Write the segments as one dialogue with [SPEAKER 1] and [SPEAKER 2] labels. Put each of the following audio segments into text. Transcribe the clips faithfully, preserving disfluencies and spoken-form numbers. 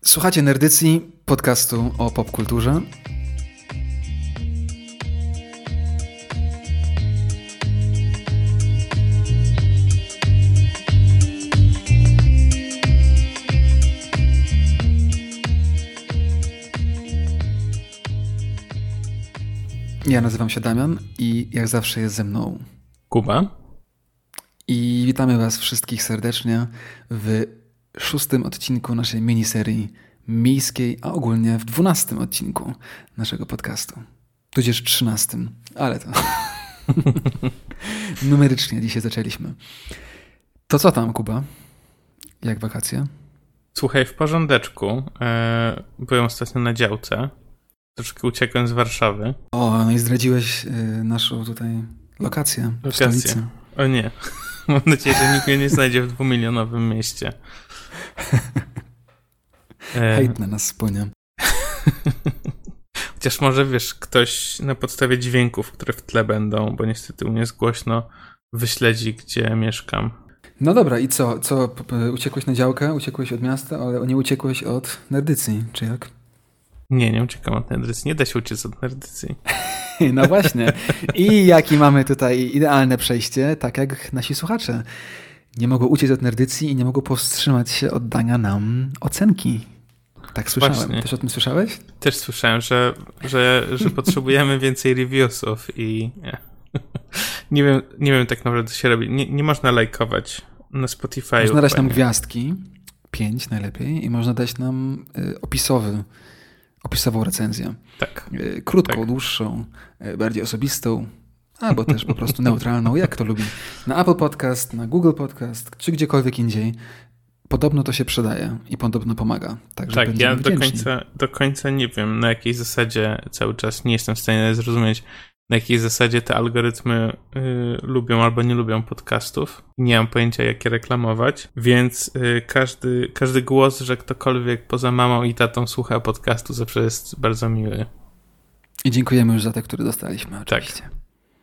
[SPEAKER 1] Słuchacie Nerdycji, podcastu o popkulturze. Ja nazywam się Damian i jak zawsze jest ze mną
[SPEAKER 2] Kuba.
[SPEAKER 1] I witamy was wszystkich serdecznie w szóstym odcinku naszej miniserii miejskiej, a ogólnie w dwunastym odcinku naszego podcastu. Tudzież trzynastym, ale to numerycznie dzisiaj zaczęliśmy. To co tam, Kuba? Jak wakacje?
[SPEAKER 2] Słuchaj, w porządeczku. Yy, byłem ostatnio na działce. Troszkę uciekłem z Warszawy.
[SPEAKER 1] O, no i zdradziłeś yy, naszą tutaj lokację w
[SPEAKER 2] Lokację.
[SPEAKER 1] stolicy.
[SPEAKER 2] O nie. Mam nadzieję, że nikt mnie nie znajdzie w dwumilionowym mieście.
[SPEAKER 1] Hejt na nas spłynie.
[SPEAKER 2] Chociaż może, wiesz, ktoś na podstawie dźwięków, które w tle będą, bo niestety u mnie jest głośno, wyśledzi, gdzie mieszkam.
[SPEAKER 1] No dobra, i co? Co? Uciekłeś na działkę, uciekłeś od miasta, ale nie uciekłeś od Nerdycji, czy jak?
[SPEAKER 2] Nie, nie uciekam od Nerdycji. Nie da się uciec od Nerdycji.
[SPEAKER 1] No właśnie. I jaki mamy tutaj idealne przejście, tak jak nasi słuchacze. Nie mogą uciec od Nerdycji i nie mogą powstrzymać się od dania nam ocenki. Tak słyszałem.
[SPEAKER 2] Właśnie.
[SPEAKER 1] Też o tym słyszałeś?
[SPEAKER 2] Też słyszałem, że, że, że potrzebujemy więcej reviewsów i nie. Nie wiem, nie wiem tak naprawdę co się robi. Nie, nie można lajkować na Spotify.
[SPEAKER 1] Można dać nam gwiazdki, pięć najlepiej, i można dać nam y, opisowy, opisową recenzję.
[SPEAKER 2] Tak.
[SPEAKER 1] Y, krótką,
[SPEAKER 2] tak.
[SPEAKER 1] dłuższą, y, bardziej osobistą, albo też po prostu neutralną, jak to lubi. Na Apple Podcast, na Google Podcast, czy gdziekolwiek indziej. Podobno to się przydaje i podobno pomaga. Także
[SPEAKER 2] tak, ja do
[SPEAKER 1] wdzięczni.
[SPEAKER 2] końca, do końca nie wiem, na jakiej zasadzie cały czas nie jestem w stanie zrozumieć, na jakiej zasadzie te algorytmy y, lubią albo nie lubią podcastów. Nie mam pojęcia, jak je reklamować, więc y, każdy, każdy głos, że ktokolwiek poza mamą i tatą słucha podcastu, zawsze jest bardzo miły.
[SPEAKER 1] I dziękujemy już za te, które dostaliśmy, oczywiście.
[SPEAKER 2] Tak.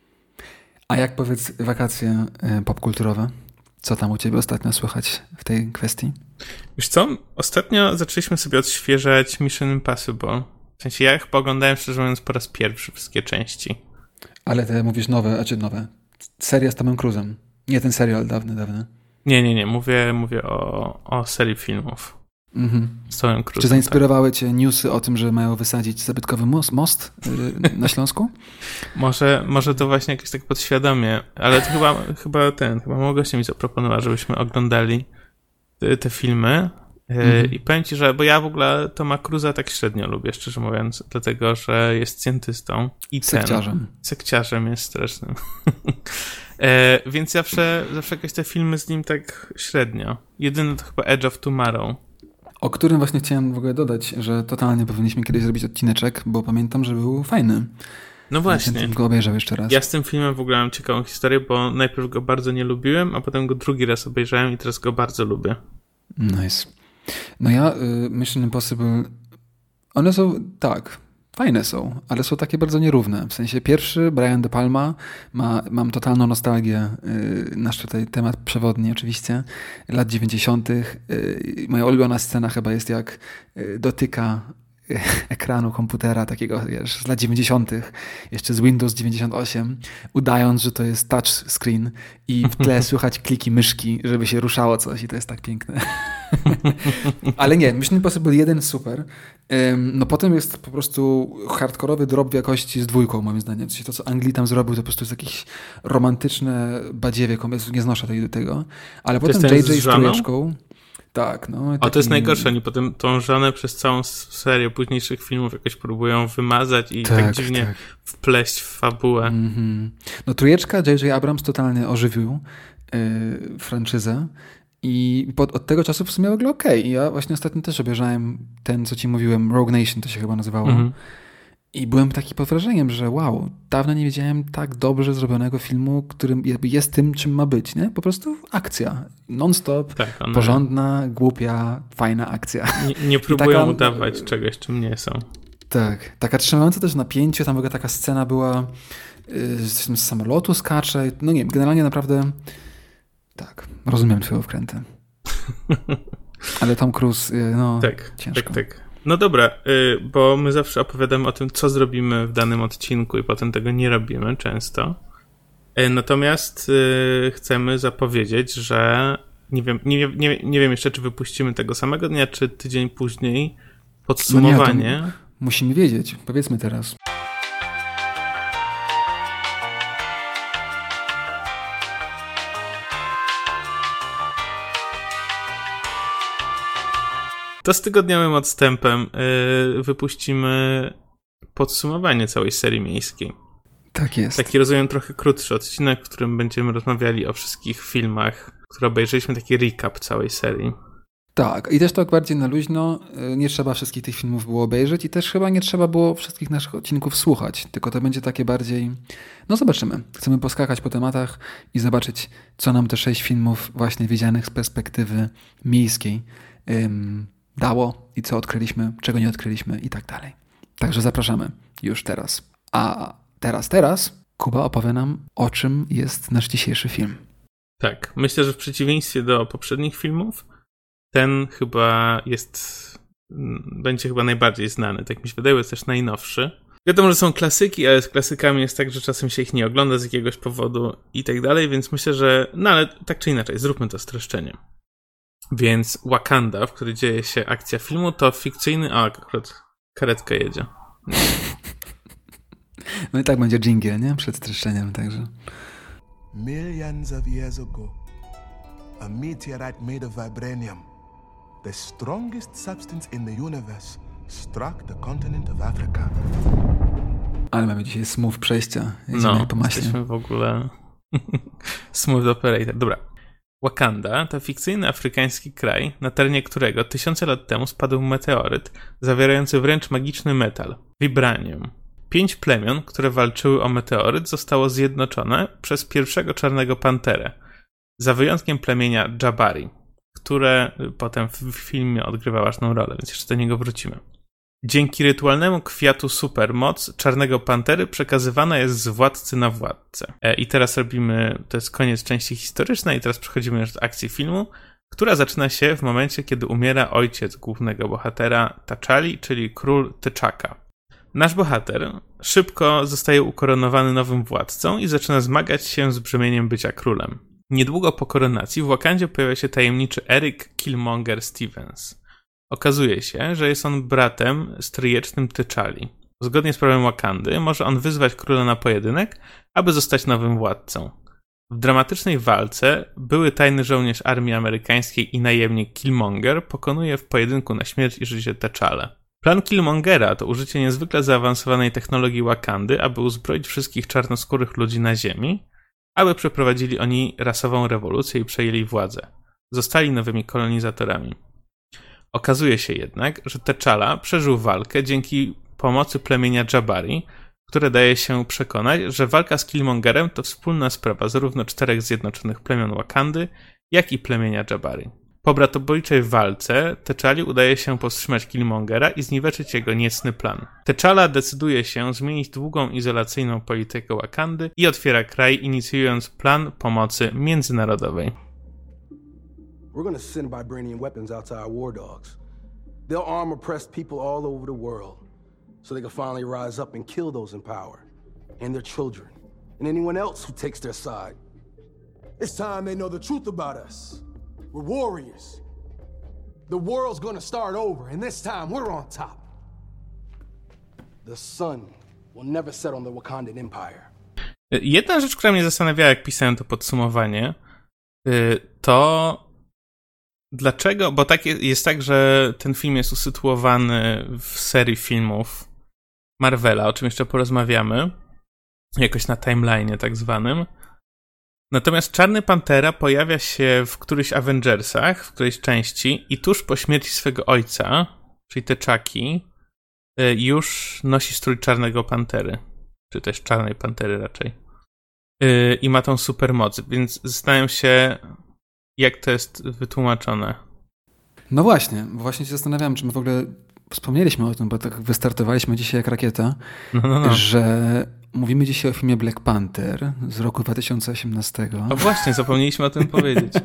[SPEAKER 1] A jak, powiedz, wakacje y, popkulturowe? Co tam u ciebie ostatnio słychać w tej kwestii?
[SPEAKER 2] Wiesz co? Ostatnio zaczęliśmy sobie odświeżać Mission Impossible. W sensie ja chyba oglądałem, szczerze mówiąc, po raz pierwszy wszystkie części.
[SPEAKER 1] Ale te mówisz nowe, a czy nowe? Seria z Tomem Cruise'em. Nie ten serial dawny, dawny.
[SPEAKER 2] Nie, nie, nie. Mówię, mówię o, o serii filmów.
[SPEAKER 1] Mhm.
[SPEAKER 2] Z Tomem Cruise'em.
[SPEAKER 1] Czy zainspirowały tak. cię newsy o tym, że mają wysadzić zabytkowy most, most yy, na Śląsku?
[SPEAKER 2] może, może to właśnie jakoś tak podświadomie, ale to chyba, chyba ten, chyba Małgosia mi zaproponowała, żebyśmy oglądali te, te filmy. Mhm. I powiem ci, że, bo ja w ogóle Toma Cruise'a tak średnio lubię, szczerze mówiąc, dlatego, że jest scientystą i ten,
[SPEAKER 1] sekciarzem.
[SPEAKER 2] Sekciarzem jest strasznym. e, więc zawsze, zawsze jakieś te filmy z nim tak średnio. Jedyny to chyba Edge of Tomorrow.
[SPEAKER 1] O którym właśnie chciałem w ogóle dodać, że totalnie powinniśmy kiedyś zrobić odcineczek, bo pamiętam, że był fajny.
[SPEAKER 2] No właśnie.
[SPEAKER 1] Ja go obejrzał jeszcze raz.
[SPEAKER 2] Ja z tym filmem w ogóle mam ciekawą historię, bo najpierw go bardzo nie lubiłem, a potem go drugi raz obejrzałem i teraz go bardzo lubię.
[SPEAKER 1] Nice. No ja, y, Mission Impossible, one są, tak, fajne są, ale są takie bardzo nierówne. W sensie pierwszy, Brian De Palma, ma, mam totalną nostalgię, y, nasz tutaj temat przewodni oczywiście, lat dziewięćdziesiątych. Y, moja ulubiona scena chyba jest, jak y, dotyka ekranu komputera takiego, wiesz, z lat dziewięćdziesiątych, jeszcze z Windows dziewięćdziesiąt osiem, udając, że to jest touch screen i w tle słychać kliki myszki, żeby się ruszało coś, i to jest tak piękne. Ale nie, Mission Impossible jeden super. No potem jest po prostu hardkorowy drop w jakości z dwójką, moim zdaniem. To, co Ang Lee tam zrobił, to po prostu jest jakieś romantyczne badziewie, nie znoszę tej do tego. Ale
[SPEAKER 2] to
[SPEAKER 1] potem J J z, z trójeczką. Tak, no.
[SPEAKER 2] Taki... O, to jest najgorsze. Oni potem tą żonę przez całą serię późniejszych filmów jakoś próbują wymazać i tak, tak dziwnie tak. wpleść w fabułę.
[SPEAKER 1] Mm-hmm. No trójeczka, J J Abrams totalnie ożywił yy, franczyzę i pod, od tego czasu w sumie w ogóle okej. Okay. Ja właśnie ostatnio też obejrzałem ten, co ci mówiłem, Rogue Nation to się chyba nazywało. Mm-hmm. I byłem taki pod wrażeniem, że wow, dawno nie widziałem tak dobrze zrobionego filmu, który jest tym, czym ma być, nie? Po prostu akcja. Non-stop, tak, one... porządna, głupia, fajna akcja.
[SPEAKER 2] Nie, nie próbują taka, udawać czegoś, czym nie są.
[SPEAKER 1] Tak, taka trzymająca też napięcie, tam w ogóle taka scena była, yy, z samolotu skacze, no nie wiem, generalnie naprawdę tak, rozumiem twoją wkrętę. Ale Tom Cruise, no
[SPEAKER 2] tak,
[SPEAKER 1] ciężko.
[SPEAKER 2] Tak, tak. No dobra, bo my zawsze opowiadamy o tym, co zrobimy w danym odcinku i potem tego nie robimy często. Natomiast chcemy zapowiedzieć, że nie wiem, nie, nie, nie wiem jeszcze, czy wypuścimy tego samego dnia, czy tydzień później podsumowanie.
[SPEAKER 1] No nie, musimy wiedzieć. Powiedzmy teraz.
[SPEAKER 2] To z tygodniowym odstępem yy, wypuścimy podsumowanie całej serii miejskiej.
[SPEAKER 1] Tak jest.
[SPEAKER 2] Taki, rozumiem, trochę krótszy odcinek, w którym będziemy rozmawiali o wszystkich filmach, które obejrzeliśmy, taki recap całej serii.
[SPEAKER 1] Tak, i też tak bardziej na luźno. Nie trzeba wszystkich tych filmów było obejrzeć i też chyba nie trzeba było wszystkich naszych odcinków słuchać, tylko to będzie takie bardziej... No zobaczymy. Chcemy poskakać po tematach i zobaczyć, co nam te sześć filmów właśnie widzianych z perspektywy miejskiej ym, dało i co odkryliśmy, czego nie odkryliśmy i tak dalej. Także zapraszamy już teraz. A teraz, teraz Kuba opowie nam, o czym jest nasz dzisiejszy film.
[SPEAKER 2] Tak, myślę, że w przeciwieństwie do poprzednich filmów, ten chyba jest, będzie chyba najbardziej znany, tak mi się wydaje, jest też najnowszy. Wiadomo, że są klasyki, ale z klasykami jest tak, że czasem się ich nie ogląda z jakiegoś powodu i tak dalej, więc myślę, że, no ale tak czy inaczej, zróbmy to streszczenie. Więc Wakanda, w której dzieje się akcja filmu, to fikcyjny, a akurat karetka jedzie.
[SPEAKER 1] No i tak będzie dżingiel, nie? Przed streszczeniem, także.
[SPEAKER 3] Millions of years ago, a meteorite made of vibranium, the strongest substance in the universe, struck the continent of Africa.
[SPEAKER 1] Ale mamy dzisiaj smooth przejścia.
[SPEAKER 2] No, po jesteśmy w ogóle smooth operator. Dobra. Wakanda to fikcyjny afrykański kraj, na terenie którego tysiące lat temu spadł meteoryt zawierający wręcz magiczny metal, vibranium. Pięć plemion, które walczyły o meteoryt, zostało zjednoczone przez pierwszego Czarnego Panterę, za wyjątkiem plemienia Jabari, które potem w filmie odgrywa ważną rolę, więc jeszcze do niego wrócimy. Dzięki rytualnemu kwiatu supermoc Czarnego Pantery przekazywana jest z władcy na władcę. E, I teraz robimy, to jest koniec części historycznej i teraz przechodzimy już do akcji filmu, która zaczyna się w momencie, kiedy umiera ojciec głównego bohatera T'Challi, czyli król T'Chaka. Nasz bohater szybko zostaje ukoronowany nowym władcą i zaczyna zmagać się z brzemieniem bycia królem. Niedługo po koronacji w Wakandzie pojawia się tajemniczy Eric Killmonger Stevens. Okazuje się, że jest on bratem stryjecznym T'Challi. Zgodnie z prawem Wakandy może on wyzwać króla na pojedynek, aby zostać nowym władcą. W dramatycznej walce były tajny żołnierz armii amerykańskiej i najemnik Killmonger pokonuje w pojedynku na śmierć i życie T'Challę. Plan Killmongera to użycie niezwykle zaawansowanej technologii Wakandy, aby uzbroić wszystkich czarnoskórych ludzi na ziemi, aby przeprowadzili oni rasową rewolucję i przejęli władzę. Zostali nowymi kolonizatorami. Okazuje się jednak, że T'Challa przeżył walkę dzięki pomocy plemienia Jabari, które daje się przekonać, że walka z Killmongerem to wspólna sprawa zarówno czterech zjednoczonych plemion Wakandy, jak i plemienia Jabari. Po bratobójczej walce T'Challi udaje się powstrzymać Killmongera i zniweczyć jego niecny plan. T'Challa decyduje się zmienić długą izolacyjną politykę Wakandy i otwiera kraj, inicjując plan pomocy międzynarodowej.
[SPEAKER 3] We're gonna send vibranium weapons out to our war dogs. They'll arm oppressed people all over the world, so they can finally rise up and kill those in power, and their children, and anyone else who takes their side. It's time they know the truth about us. We're warriors. The world's gonna start over, and this time we're on top. The sun will never set on the Wakandan Empire.
[SPEAKER 2] Jedna rzecz, która mnie zastanawiała, jak pisałem to podsumowanie, to dlaczego, bo tak jest, jest tak, że ten film jest usytuowany w serii filmów Marvela, o czym jeszcze porozmawiamy, jakoś na timeline'ie tak zwanym. Natomiast Czarny Pantera pojawia się w którychś Avengersach, w którejś części i tuż po śmierci swego ojca, czyli T'Chaki, już nosi strój Czarnego Pantery, czy też Czarnej Pantery raczej. I ma tą supermoc, więc zastanawiam się, jak to jest wytłumaczone.
[SPEAKER 1] No właśnie, właśnie się zastanawiam, czy my w ogóle wspomnieliśmy o tym, bo tak wystartowaliśmy dzisiaj jak rakieta,
[SPEAKER 2] no, no, no.
[SPEAKER 1] że mówimy dzisiaj o filmie Black Panther z roku dwa tysiące osiemnastego.
[SPEAKER 2] O właśnie, zapomnieliśmy o tym powiedzieć.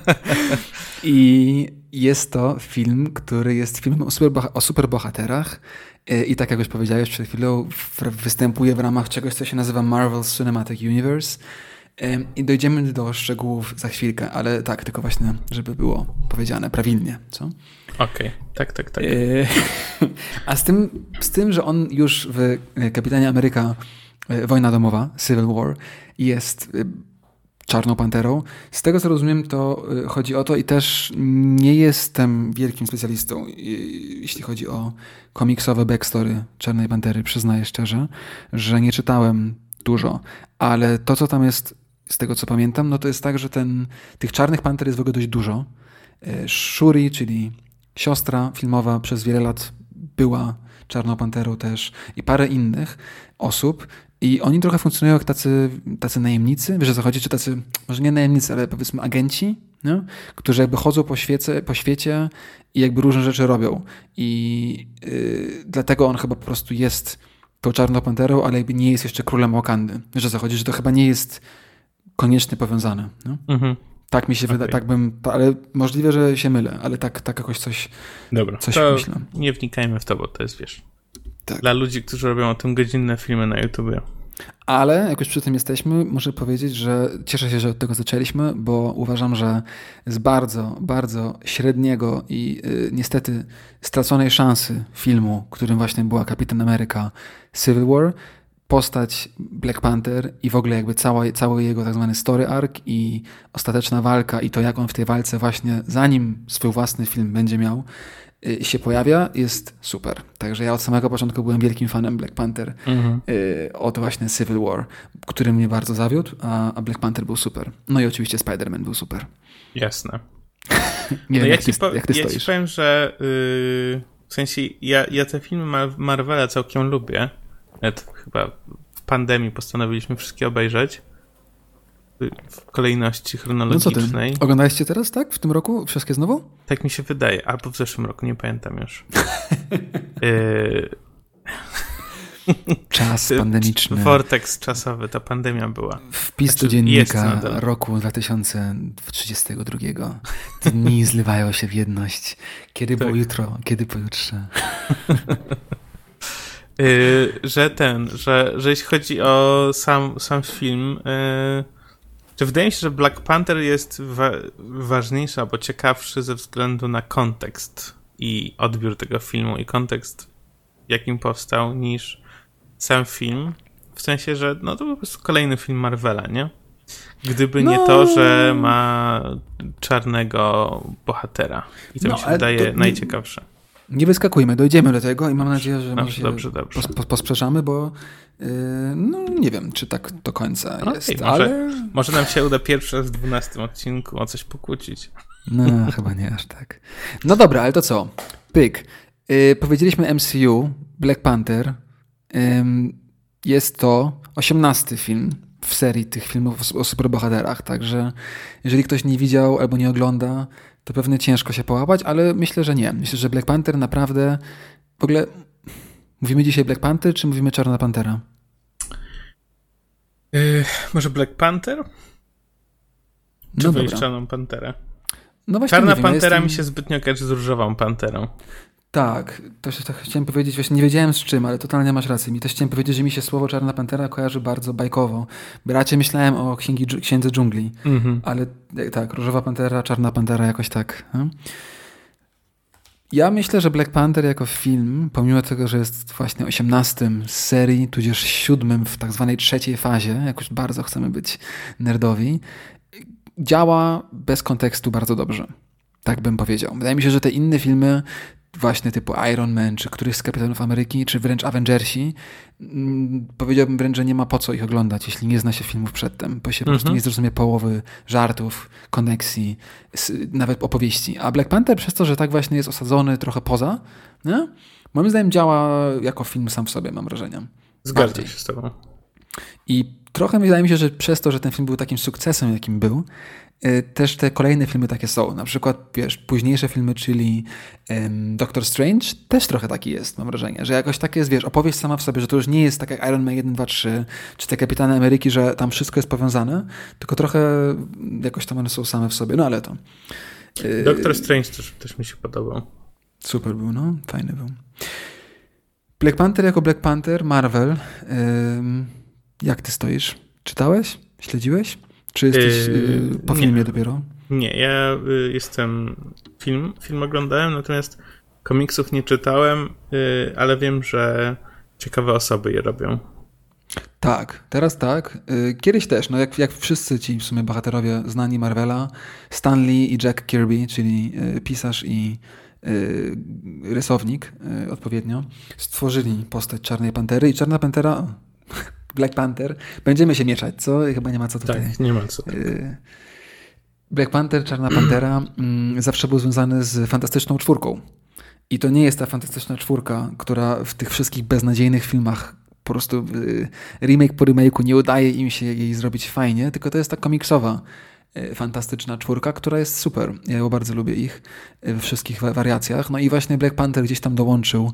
[SPEAKER 1] I jest to film, który jest filmem o, superboha- o superbohaterach i tak jak już powiedziałeś przed chwilą, występuje w ramach czegoś, co się nazywa Marvel Cinematic Universe. I dojdziemy do szczegółów za chwilkę, ale tak, tylko właśnie, żeby było powiedziane prawidłnie, co?
[SPEAKER 2] Okej, okay. tak, tak, tak.
[SPEAKER 1] A z tym, z tym, że on już w Kapitanie Ameryka Wojna domowa, Civil War, jest Czarną Panterą. Z tego, co rozumiem, to chodzi o to i też nie jestem wielkim specjalistą, jeśli chodzi o komiksowe backstory Czarnej Pantery. Przyznaję szczerze, że nie czytałem dużo, ale to, co tam jest, z tego, co pamiętam, no to jest tak, że ten, tych Czarnych Panter jest w ogóle dość dużo. Shuri, czyli siostra filmowa, przez wiele lat była Czarną Panterą też i parę innych osób i oni trochę funkcjonują jak tacy, tacy najemnicy, wiesz o co chodzi, czy tacy, może nie najemnicy, ale powiedzmy agenci, nie? Którzy jakby chodzą po, świecie, po świecie i jakby różne rzeczy robią i yy, dlatego on chyba po prostu jest tą Czarną Panterą, ale jakby nie jest jeszcze królem Wakandy. Wiesz o co chodzi, że to chyba nie jest koniecznie powiązane. No? Mhm. Tak mi się okay. wydaje, tak bym, ale możliwe, że się mylę, ale tak, tak jakoś coś,
[SPEAKER 2] Dobra,
[SPEAKER 1] coś
[SPEAKER 2] to
[SPEAKER 1] myślę.
[SPEAKER 2] Nie wnikajmy w to, bo to jest, wiesz,
[SPEAKER 1] tak.
[SPEAKER 2] Dla ludzi, którzy robią o tym godzinne filmy na YouTubie.
[SPEAKER 1] Ale jak już przy tym jesteśmy, muszę powiedzieć, że cieszę się, że od tego zaczęliśmy, bo uważam, że z bardzo, bardzo średniego i y, niestety straconej szansy filmu, którym właśnie była Kapitan Ameryka Civil War, postać Black Panther i w ogóle jakby cała, cały jego tak zwany story arc i ostateczna walka i to, jak on w tej walce właśnie, zanim swój własny film będzie miał, y, się pojawia, jest super. Także ja od samego początku byłem wielkim fanem Black Panther mhm. y, od właśnie Civil War, który mnie bardzo zawiódł, a, a Black Panther był super. No i oczywiście Spider-Man był super.
[SPEAKER 2] Jasne.
[SPEAKER 1] Nie
[SPEAKER 2] no
[SPEAKER 1] wiem,
[SPEAKER 2] ja
[SPEAKER 1] jak,
[SPEAKER 2] ci
[SPEAKER 1] ty,
[SPEAKER 2] po,
[SPEAKER 1] jak ty
[SPEAKER 2] ja
[SPEAKER 1] stoisz.
[SPEAKER 2] ci powiem, że yy, w sensie ja, ja te filmy Mar- Marvela całkiem lubię. Nawet chyba w pandemii postanowiliśmy wszystkie obejrzeć w kolejności chronologicznej.
[SPEAKER 1] No co ty? Oglądaliście teraz, tak? W tym roku? Wszystkie znowu?
[SPEAKER 2] Tak mi się wydaje. Albo w zeszłym roku, nie pamiętam już. yy...
[SPEAKER 1] Czas pandemiczny.
[SPEAKER 2] Vortex czasowy, ta pandemia była.
[SPEAKER 1] Wpis do dziennika roku dwa tysiące trzydziestego drugiego. Dni zlywają się w jedność. Kiedy tak. było jutro, kiedy pojutrze.
[SPEAKER 2] Yy, że ten, że, że jeśli chodzi o sam, sam film, yy, to wydaje mi się, że Black Panther jest wa- ważniejszy albo ciekawszy ze względu na kontekst i odbiór tego filmu i kontekst, jakim powstał, niż sam film. W sensie, że no to po prostu kolejny film Marvela, nie? Gdyby no. nie to, że ma czarnego bohatera. I to no, mi się wydaje najciekawsze.
[SPEAKER 1] Nie wyskakujmy, dojdziemy do tego i mam nadzieję, że
[SPEAKER 2] dobrze, może się dobrze, dobrze.
[SPEAKER 1] Pos- posprzeczamy, bo yy, no nie wiem, czy tak do końca okay, jest,
[SPEAKER 2] może,
[SPEAKER 1] ale...
[SPEAKER 2] Może nam się uda pierwszy raz w dwunastym odcinku o coś pokłócić.
[SPEAKER 1] No, chyba nie aż tak. No dobra, ale to co? Pyk. Yy, powiedzieliśmy M C U, Black Panther. Yy, jest to osiemnasty film w serii tych filmów o superbohaterach, także jeżeli ktoś nie widział albo nie ogląda, to pewnie ciężko się połapać, ale myślę, że nie. Myślę, że Black Panther naprawdę... W ogóle mówimy dzisiaj Black Panther, czy mówimy Czarna Pantera?
[SPEAKER 2] Yy, może Black Panther? Czy
[SPEAKER 1] no
[SPEAKER 2] wejść Czarną Panterę?
[SPEAKER 1] No właśnie
[SPEAKER 2] Czarna
[SPEAKER 1] wiem,
[SPEAKER 2] Pantera
[SPEAKER 1] ja jestem...
[SPEAKER 2] mi się zbytnio kojarzy z Różową Panterą.
[SPEAKER 1] Tak, to się tak chciałem powiedzieć, właśnie nie wiedziałem z czym, ale totalnie masz rację. Mi też chciałem powiedzieć, że mi się słowo Czarna Pantera kojarzy bardzo bajkowo. Raczej myślałem o księgi, Księdze Dżungli, mm-hmm. ale tak, Różowa Pantera, Czarna Pantera jakoś tak. Hmm? Ja myślę, że Black Panther jako film, pomimo tego, że jest właśnie osiemnastym z serii, tudzież siódmym w tak zwanej trzeciej fazie, jakoś bardzo chcemy być nerdowi, działa bez kontekstu bardzo dobrze. Tak bym powiedział. Wydaje mi się, że te inne filmy właśnie typu Iron Man, czy któryś z Kapitanów Ameryki, czy wręcz Avengersi, mm, powiedziałbym wręcz, że nie ma po co ich oglądać, jeśli nie zna się filmów przedtem, bo się mm-hmm. po prostu nie zrozumie połowy żartów, koneksji, nawet opowieści. A Black Panther przez to, że tak właśnie jest osadzony trochę poza, nie? Moim zdaniem działa jako film sam w sobie, mam wrażenie.
[SPEAKER 2] Zgadzam się z tobą.
[SPEAKER 1] I trochę wydaje mi się, że przez to, że ten film był takim sukcesem, jakim był, też te kolejne filmy takie są. Na przykład, wiesz, późniejsze filmy, czyli um, Doctor Strange, też trochę taki jest, mam wrażenie, że jakoś takie jest, wiesz, opowieść sama w sobie, że to już nie jest tak jak Iron Man jeden, dwa, trzy, czy te Kapitany Ameryki, że tam wszystko jest powiązane, tylko trochę jakoś tam one są same w sobie, no ale to...
[SPEAKER 2] Doctor Strange też, też mi się podobał.
[SPEAKER 1] Super był, no, fajny był. Black Panther jako Black Panther, Marvel, ym, jak ty stoisz? Czytałeś? Śledziłeś? Czy jesteś yy, po filmie
[SPEAKER 2] nie.
[SPEAKER 1] dopiero?
[SPEAKER 2] Nie, ja y, jestem... Film, film oglądałem, natomiast komiksów nie czytałem, y, ale wiem, że ciekawe osoby je robią.
[SPEAKER 1] Tak, teraz tak. Y, kiedyś też, no jak, jak wszyscy ci w sumie bohaterowie znani Marvela, Stan Lee i Jack Kirby, czyli y, pisarz i y, rysownik y, odpowiednio, stworzyli postać Czarnej Pantery i Czarna Pantera... Black Panther. Będziemy się mieszać, co? I chyba nie ma co tutaj.
[SPEAKER 2] Tak, nie ma co.
[SPEAKER 1] Black Panther, Czarna Pantera zawsze był związany z Fantastyczną Czwórką. I to nie jest ta Fantastyczna Czwórka, która w tych wszystkich beznadziejnych filmach po prostu remake po remake'u nie udaje im się jej zrobić fajnie, tylko to jest ta komiksowa Fantastyczna Czwórka, która jest super. Ja bardzo lubię ich we wszystkich wariacjach. No i właśnie Black Panther gdzieś tam dołączył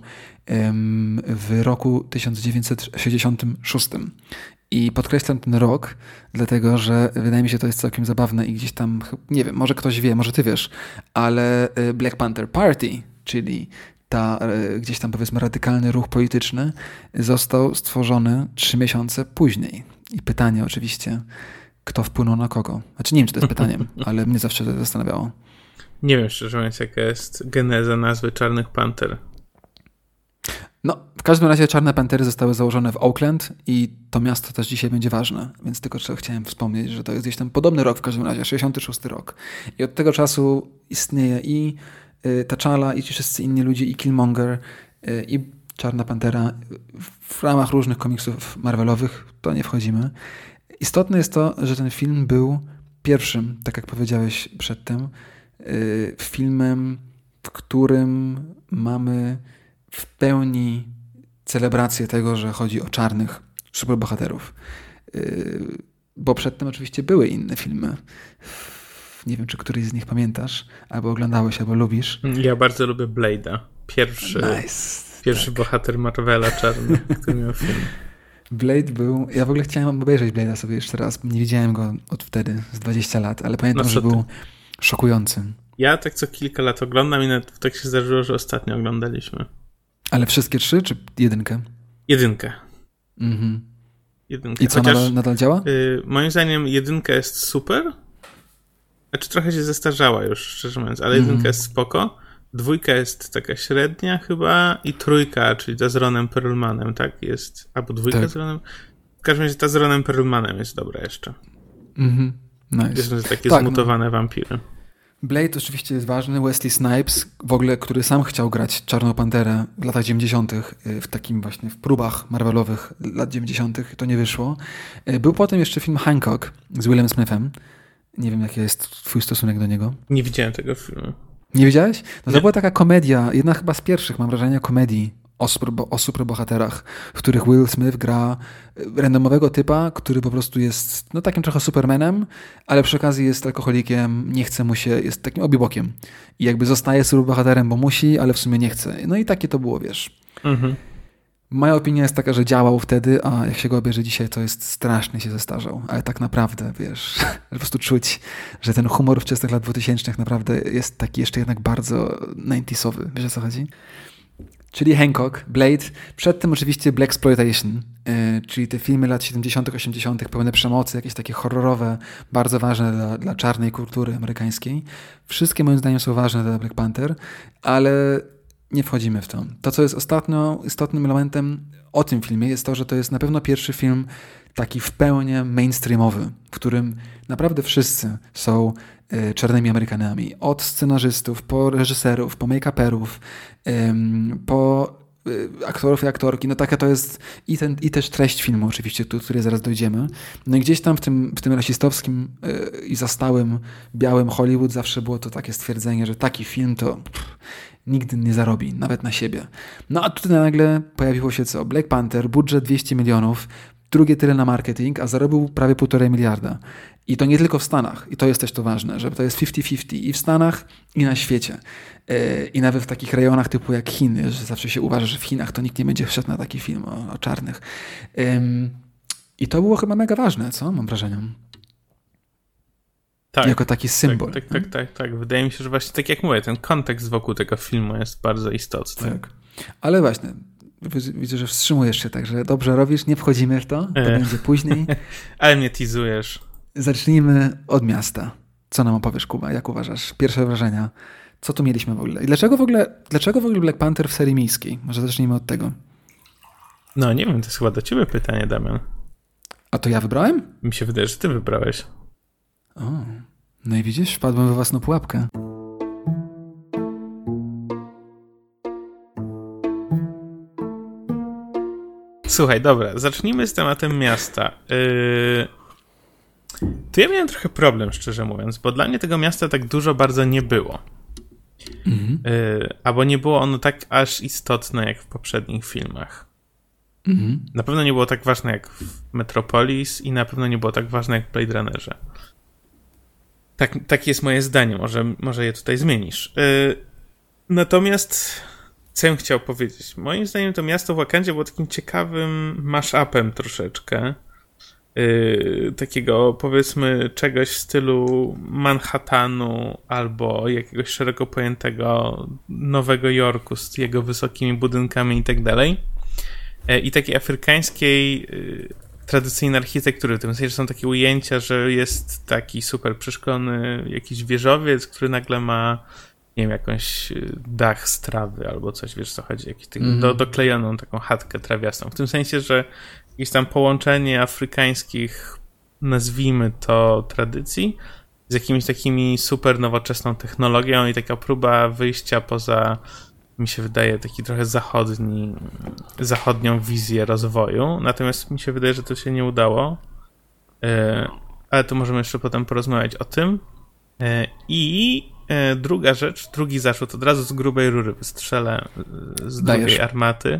[SPEAKER 1] w roku tysiąc dziewięćset sześćdziesiątym szóstym. I podkreślam ten rok, dlatego że wydaje mi się, to jest całkiem zabawne i gdzieś tam, nie wiem, może ktoś wie, może ty wiesz, ale Black Panther Party, czyli ta gdzieś tam powiedzmy radykalny ruch polityczny, został stworzony trzy miesiące później. I pytanie oczywiście, kto wpłynął na kogo? Znaczy nie wiem, czy to jest pytaniem, ale mnie zawsze to zastanawiało.
[SPEAKER 2] Nie wiem szczerze mówiąc, jaka jest geneza nazwy Czarnych Panter.
[SPEAKER 1] No, w każdym razie Czarne Pantery zostały założone w Oakland i to miasto też dzisiaj będzie ważne, więc tylko co chciałem wspomnieć, że to jest gdzieś tam podobny rok w każdym razie, sześćdziesiąty szósty rok. I od tego czasu istnieje i y, T'Challa, i ci wszyscy inni ludzie, i Killmonger, y, i Czarna Pantera w ramach różnych komiksów Marvelowych, to nie wchodzimy. Istotne jest to, że ten film był pierwszym, tak jak powiedziałeś przedtem, y, filmem, w którym mamy w pełni celebrację tego, że chodzi o czarnych superbohaterów. Yy, bo przedtem oczywiście były inne filmy. Nie wiem, czy któryś z nich pamiętasz, albo oglądałeś, albo lubisz.
[SPEAKER 2] Ja bardzo lubię Blade'a. Pierwszy, nice, pierwszy tak. bohater Marvela czarny, który miał film.
[SPEAKER 1] Blade był... Ja w ogóle chciałem obejrzeć Blade'a sobie jeszcze raz. Nie widziałem go od wtedy, z dwudziestu lat, ale pamiętam, no że był szokujący.
[SPEAKER 2] Ja tak co kilka lat oglądam i nawet tak się zdarzyło, że ostatnio oglądaliśmy.
[SPEAKER 1] Ale wszystkie trzy, czy jedynkę?
[SPEAKER 2] Jedynkę.
[SPEAKER 1] Mhm.
[SPEAKER 2] Jedynkę.
[SPEAKER 1] I co, Chociaż, nadal, nadal działa?
[SPEAKER 2] Y, moim zdaniem jedynka jest super. Znaczy trochę się zestarzała już, szczerze mówiąc, ale jedynka mm. jest spoko. Dwójka jest taka średnia chyba i trójka, czyli ta z Ronem Perlmanem, tak? Jest. Albo dwójka tak. z Ronem... W każdym razie ta z Ronem Perlmanem jest dobra jeszcze.
[SPEAKER 1] Mhm. Nice.
[SPEAKER 2] Jest takie
[SPEAKER 1] tak,
[SPEAKER 2] zmutowane
[SPEAKER 1] no.
[SPEAKER 2] wampiry.
[SPEAKER 1] Blade oczywiście jest ważny. Wesley Snipes, w ogóle, który sam chciał grać Czarną Panterę w latach dziewięćdziesiątych w takim właśnie w próbach Marvelowych lat dziewięćdziesiątych to nie wyszło. Był potem jeszcze film Hancock z Willem Smithem. Nie wiem, jaki jest twój stosunek do niego.
[SPEAKER 2] Nie widziałem tego filmu.
[SPEAKER 1] Nie widziałeś? No to
[SPEAKER 2] nie.
[SPEAKER 1] była taka komedia, jedna chyba z pierwszych, mam wrażenie, komedii o, super, o superbohaterach, w których Will Smith gra randomowego typa, który po prostu jest no takim trochę Supermanem, ale przy okazji jest alkoholikiem, nie chce mu się, jest takim obibokiem. I jakby zostaje superbohaterem, bo musi, ale w sumie nie chce. No i takie to było, wiesz. Mhm. Moja opinia jest taka, że działał wtedy, a jak się go obejrzy dzisiaj, to jest strasznie się zestarzał. Ale tak naprawdę, wiesz, po prostu czuć, że ten humor wczesnych lat dwutysięcznych naprawdę jest taki jeszcze jednak bardzo dziewięćdziesiątowy. Wiesz, o co chodzi? Czyli Hancock, Blade, przedtem oczywiście Blaxploitation, yy, czyli te filmy lat siedemdziesiątych, osiemdziesiątych pełne przemocy, jakieś takie horrorowe, bardzo ważne dla, dla czarnej kultury amerykańskiej. Wszystkie moim zdaniem są ważne dla Black Panther, ale nie wchodzimy w to. To, co jest ostatnio istotnym elementem o tym filmie, jest to, że to jest na pewno pierwszy film taki w pełni mainstreamowy, w którym naprawdę wszyscy są y, czarnymi Amerykanami. Od scenarzystów, po reżyserów, po make-uperów, ym, po y, aktorów i aktorki. No taka to jest i, ten, i też treść filmu oczywiście, do której zaraz dojdziemy. No i gdzieś tam w tym, w tym rasistowskim y, i zastałym białym Hollywood zawsze było to takie stwierdzenie, że taki film to... Pff, nigdy nie zarobi, nawet na siebie. No a tutaj nagle pojawiło się co? Black Panther, budżet dwieście milionów, drugie tyle na marketing, a zarobił prawie półtorej miliarda. I to nie tylko w Stanach. I to jest też to ważne, że to jest pięćdziesiąt pięćdziesiąt i w Stanach, i na świecie. I nawet w takich rejonach typu jak Chiny, że zawsze się uważa, że w Chinach to nikt nie będzie wszedł na taki film o, o czarnych. I to było chyba mega ważne, co? Mam wrażenie.
[SPEAKER 2] Tak,
[SPEAKER 1] jako taki symbol.
[SPEAKER 2] Tak, tak, tak, tak, tak. Wydaje mi się, że właśnie tak jak mówię, ten kontekst wokół tego filmu jest bardzo istotny.
[SPEAKER 1] Tak. Ale właśnie, widzę, że wstrzymujesz się, także dobrze robisz, nie wchodzimy w to, to e. będzie później.
[SPEAKER 2] Ale mnie teasujesz.
[SPEAKER 1] Zacznijmy od miasta. Co nam opowiesz, Kuba? Jak uważasz? Pierwsze wrażenia. Co tu mieliśmy w ogóle? I dlaczego w ogóle, dlaczego w ogóle Black Panther w serii miejskiej? Może zacznijmy od tego.
[SPEAKER 2] No nie wiem, to jest chyba do ciebie pytanie, Damian.
[SPEAKER 1] A to ja wybrałem?
[SPEAKER 2] Mi się wydaje, że ty wybrałeś.
[SPEAKER 1] O, no i widzisz, wpadłem we własną pułapkę.
[SPEAKER 2] Słuchaj, dobra, zacznijmy z tematem miasta. Yy... Tu ja miałem trochę problem, szczerze mówiąc, bo dla mnie tego miasta tak dużo bardzo nie było. Mhm. Yy, albo nie było ono tak aż istotne jak w poprzednich filmach. Mhm. Na pewno nie było tak ważne jak w Metropolis i na pewno nie było tak ważne jak w Blade Runnerze. Tak, tak jest moje zdanie, może, może je tutaj zmienisz. Yy, natomiast co bym chciał powiedzieć? Moim zdaniem to miasto w Wakandzie było takim ciekawym mash-upem troszeczkę. Yy, takiego powiedzmy czegoś w stylu Manhattanu albo jakiegoś szeroko pojętego Nowego Jorku z jego wysokimi budynkami i tak dalej. Yy, I takiej afrykańskiej yy, tradycyjnej architektury. W tym sensie, że są takie ujęcia, że jest taki super przeszkolony jakiś wieżowiec, który nagle ma, nie wiem, jakąś dach z trawy albo coś, wiesz co chodzi, jakiś mm. do, doklejoną taką chatkę trawiastą. W tym sensie, że jakieś tam połączenie afrykańskich, nazwijmy to, tradycji z jakimiś takimi super nowoczesną technologią i taka próba wyjścia poza, mi się wydaje, taki trochę zachodni, zachodnią wizję rozwoju. Natomiast mi się wydaje, że to się nie udało. Ale to możemy jeszcze potem porozmawiać o tym. I druga rzecz, drugi zarzut, od razu z grubej rury wystrzelę z
[SPEAKER 1] Dajesz.
[SPEAKER 2] drugiej armaty.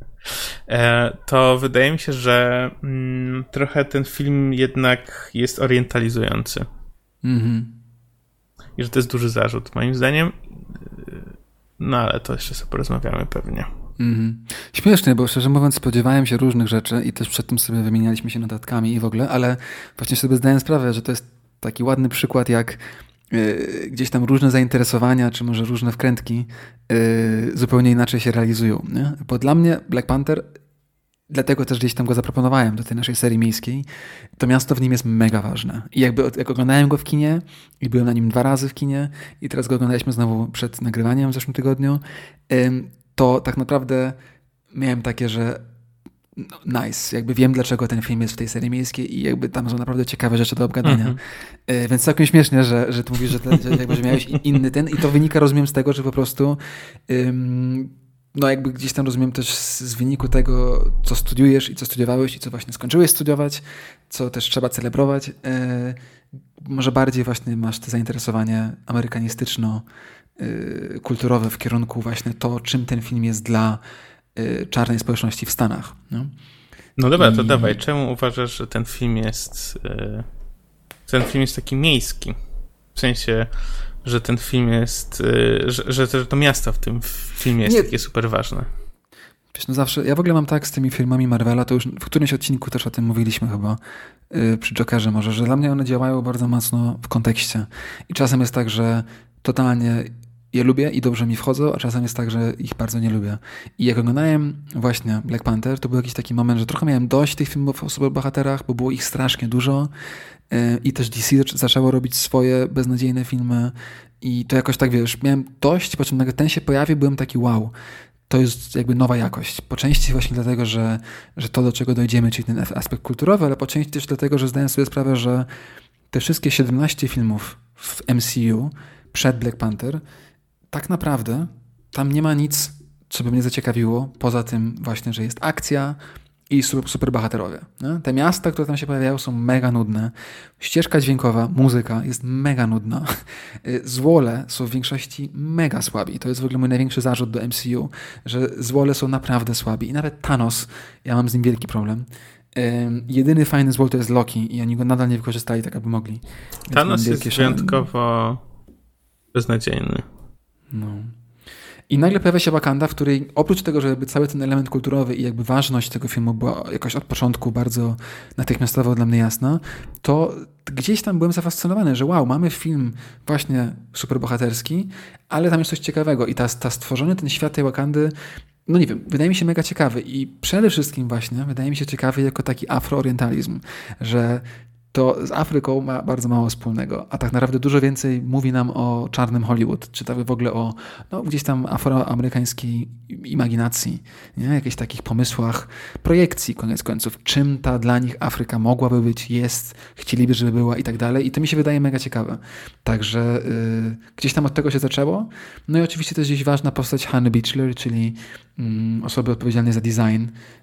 [SPEAKER 2] To wydaje mi się, że mm, trochę ten film jednak jest orientalizujący. Mm-hmm. I że to jest duży zarzut, moim zdaniem. No ale to jeszcze sobie porozmawiamy pewnie.
[SPEAKER 1] Mm-hmm. Śmiesznie, bo szczerze mówiąc spodziewałem się różnych rzeczy i też przed tym sobie wymienialiśmy się notatkami i w ogóle, ale właśnie sobie zdałem sprawę, że to jest taki ładny przykład, jak Yy, gdzieś tam różne zainteresowania, czy może różne wkrętki yy, zupełnie inaczej się realizują. Nie? Bo dla mnie Black Panther, dlatego też gdzieś tam go zaproponowałem do tej naszej serii miejskiej, to miasto w nim jest mega ważne. I jakby jak oglądałem go w kinie i byłem na nim dwa razy w kinie i teraz go oglądaliśmy znowu przed nagrywaniem w zeszłym tygodniu, yy, to tak naprawdę miałem takie, że no, nice. Jakby wiem, dlaczego ten film jest w tej serii miejskiej i jakby tam są naprawdę ciekawe rzeczy do obgadania. Mm-hmm. Więc całkiem śmiesznie, że, że ty mówisz, że, te, że, jakby, że miałeś inny ten i to wynika, rozumiem, z tego, że po prostu ym, no jakby gdzieś tam rozumiem też z, z wyniku tego, co studiujesz i co studiowałeś i co właśnie skończyłeś studiować, co też trzeba celebrować. Yy, może bardziej właśnie masz to zainteresowanie amerykanistyczno-kulturowe yy, w kierunku właśnie to, czym ten film jest dla czarnej społeczności w Stanach. No,
[SPEAKER 2] no dobra, to I... dawaj. Czemu uważasz, że ten film jest ten film jest taki miejski? W sensie, że ten film jest że, że to miasto w tym filmie jest Nie. takie super ważne.
[SPEAKER 1] Wiesz, no zawsze, ja w ogóle mam tak z tymi filmami Marvela, to już w którymś odcinku też o tym mówiliśmy chyba, yy, przy Jokerze może, że dla mnie one działają bardzo mocno w kontekście. I czasem jest tak, że totalnie je lubię i dobrze mi wchodzą, a czasem jest tak, że ich bardzo nie lubię. I jak oglądałem właśnie Black Panther, to był jakiś taki moment, że trochę miałem dość tych filmów o superbohaterach, bo było ich strasznie dużo yy, i też D C zaczęło robić swoje beznadziejne filmy i to jakoś tak, wiesz, miałem dość, po czym nagle ten się pojawił, byłem taki wow. To jest jakby nowa jakość. Po części właśnie dlatego, że, że to, do czego dojdziemy, czyli ten aspekt kulturowy, ale po części też dlatego, że zdałem sobie sprawę, że te wszystkie siedemnaście filmów w M C U przed Black Panther, tak naprawdę tam nie ma nic, co by mnie zaciekawiło, poza tym właśnie, że jest akcja i super, super bohaterowie. Nie? Te miasta, które tam się pojawiają, są mega nudne. Ścieżka dźwiękowa, muzyka jest mega nudna. Złole są w większości mega słabi. To jest w ogóle mój największy zarzut do M C U, że złole są naprawdę słabi. I nawet Thanos, ja mam z nim wielki problem, Jedyny fajny złol to jest Loki i oni go nadal nie wykorzystali tak, jakby mogli. Więc
[SPEAKER 2] Thanos jest wyjątkowo beznadziejny.
[SPEAKER 1] No. I nagle pojawia się Wakanda, w której oprócz tego, żeby cały ten element kulturowy i jakby ważność tego filmu była jakoś od początku bardzo natychmiastowo dla mnie jasna, to gdzieś tam byłem zafascynowany, że wow, mamy film właśnie superbohaterski, ale tam jest coś ciekawego i ta, ta stworzony ten świat tej Wakandy, no nie wiem, wydaje mi się mega ciekawy i przede wszystkim właśnie wydaje mi się ciekawy jako taki afroorientalizm, że to z Afryką ma bardzo mało wspólnego, a tak naprawdę dużo więcej mówi nam o czarnym Hollywood, czy tak w ogóle o no, gdzieś tam afroamerykańskiej imaginacji, nie? Jakichś takich pomysłach, projekcji koniec końców, czym ta dla nich Afryka mogłaby być, jest, chcieliby, żeby była i tak dalej i to mi się wydaje mega ciekawe. Także yy, gdzieś tam od tego się zaczęło. No i oczywiście też gdzieś ważna postać Hannah Beachler, czyli yy, osoby odpowiedzialnej za design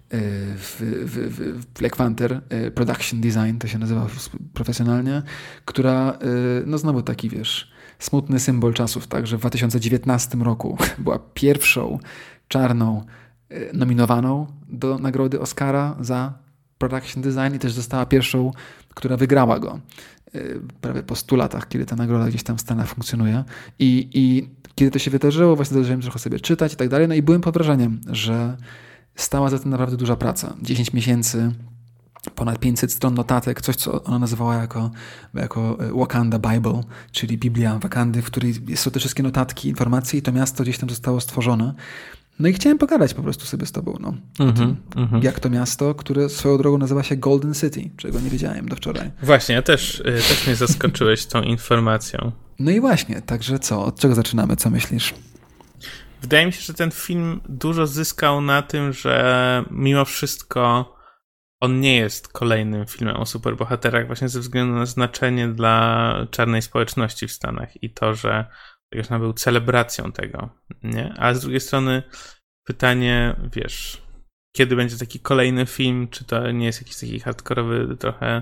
[SPEAKER 1] w, w, w Black Panther, production design to się nazywa profesjonalnie, która, no znowu taki, wiesz, smutny symbol czasów, tak, że w dwa tysiące dziewiętnastym roku była pierwszą czarną nominowaną do nagrody Oscara za production design i też została pierwszą, która wygrała go prawie po stu latach, kiedy ta nagroda gdzieś tam w Stanach funkcjonuje i, i kiedy to się wydarzyło, właśnie zacząłem trochę sobie czytać i tak dalej, no i byłem pod wrażeniem, że stała za tym naprawdę duża praca. dziesięć miesięcy, ponad pięćset stron notatek, coś, co ona nazywała jako, jako Wakanda Bible, czyli Biblia Wakandy, w której są te wszystkie notatki, informacje i to miasto gdzieś tam zostało stworzone. No i chciałem pogadać po prostu sobie z tobą no, mm-hmm, o tym, mm-hmm. jak to miasto, które swoją drogą nazywa się Golden City, czego nie wiedziałem do wczoraj.
[SPEAKER 2] Właśnie, ja też, też mnie zaskoczyłeś tą informacją.
[SPEAKER 1] No i właśnie, także co? Od czego zaczynamy? Co myślisz?
[SPEAKER 2] Wydaje mi się, że ten film dużo zyskał na tym, że mimo wszystko on nie jest kolejnym filmem o superbohaterach właśnie ze względu na znaczenie dla czarnej społeczności w Stanach i to, że on był celebracją tego, nie? A z drugiej strony pytanie, wiesz, kiedy będzie taki kolejny film, czy to nie jest jakiś taki hardkorowy trochę,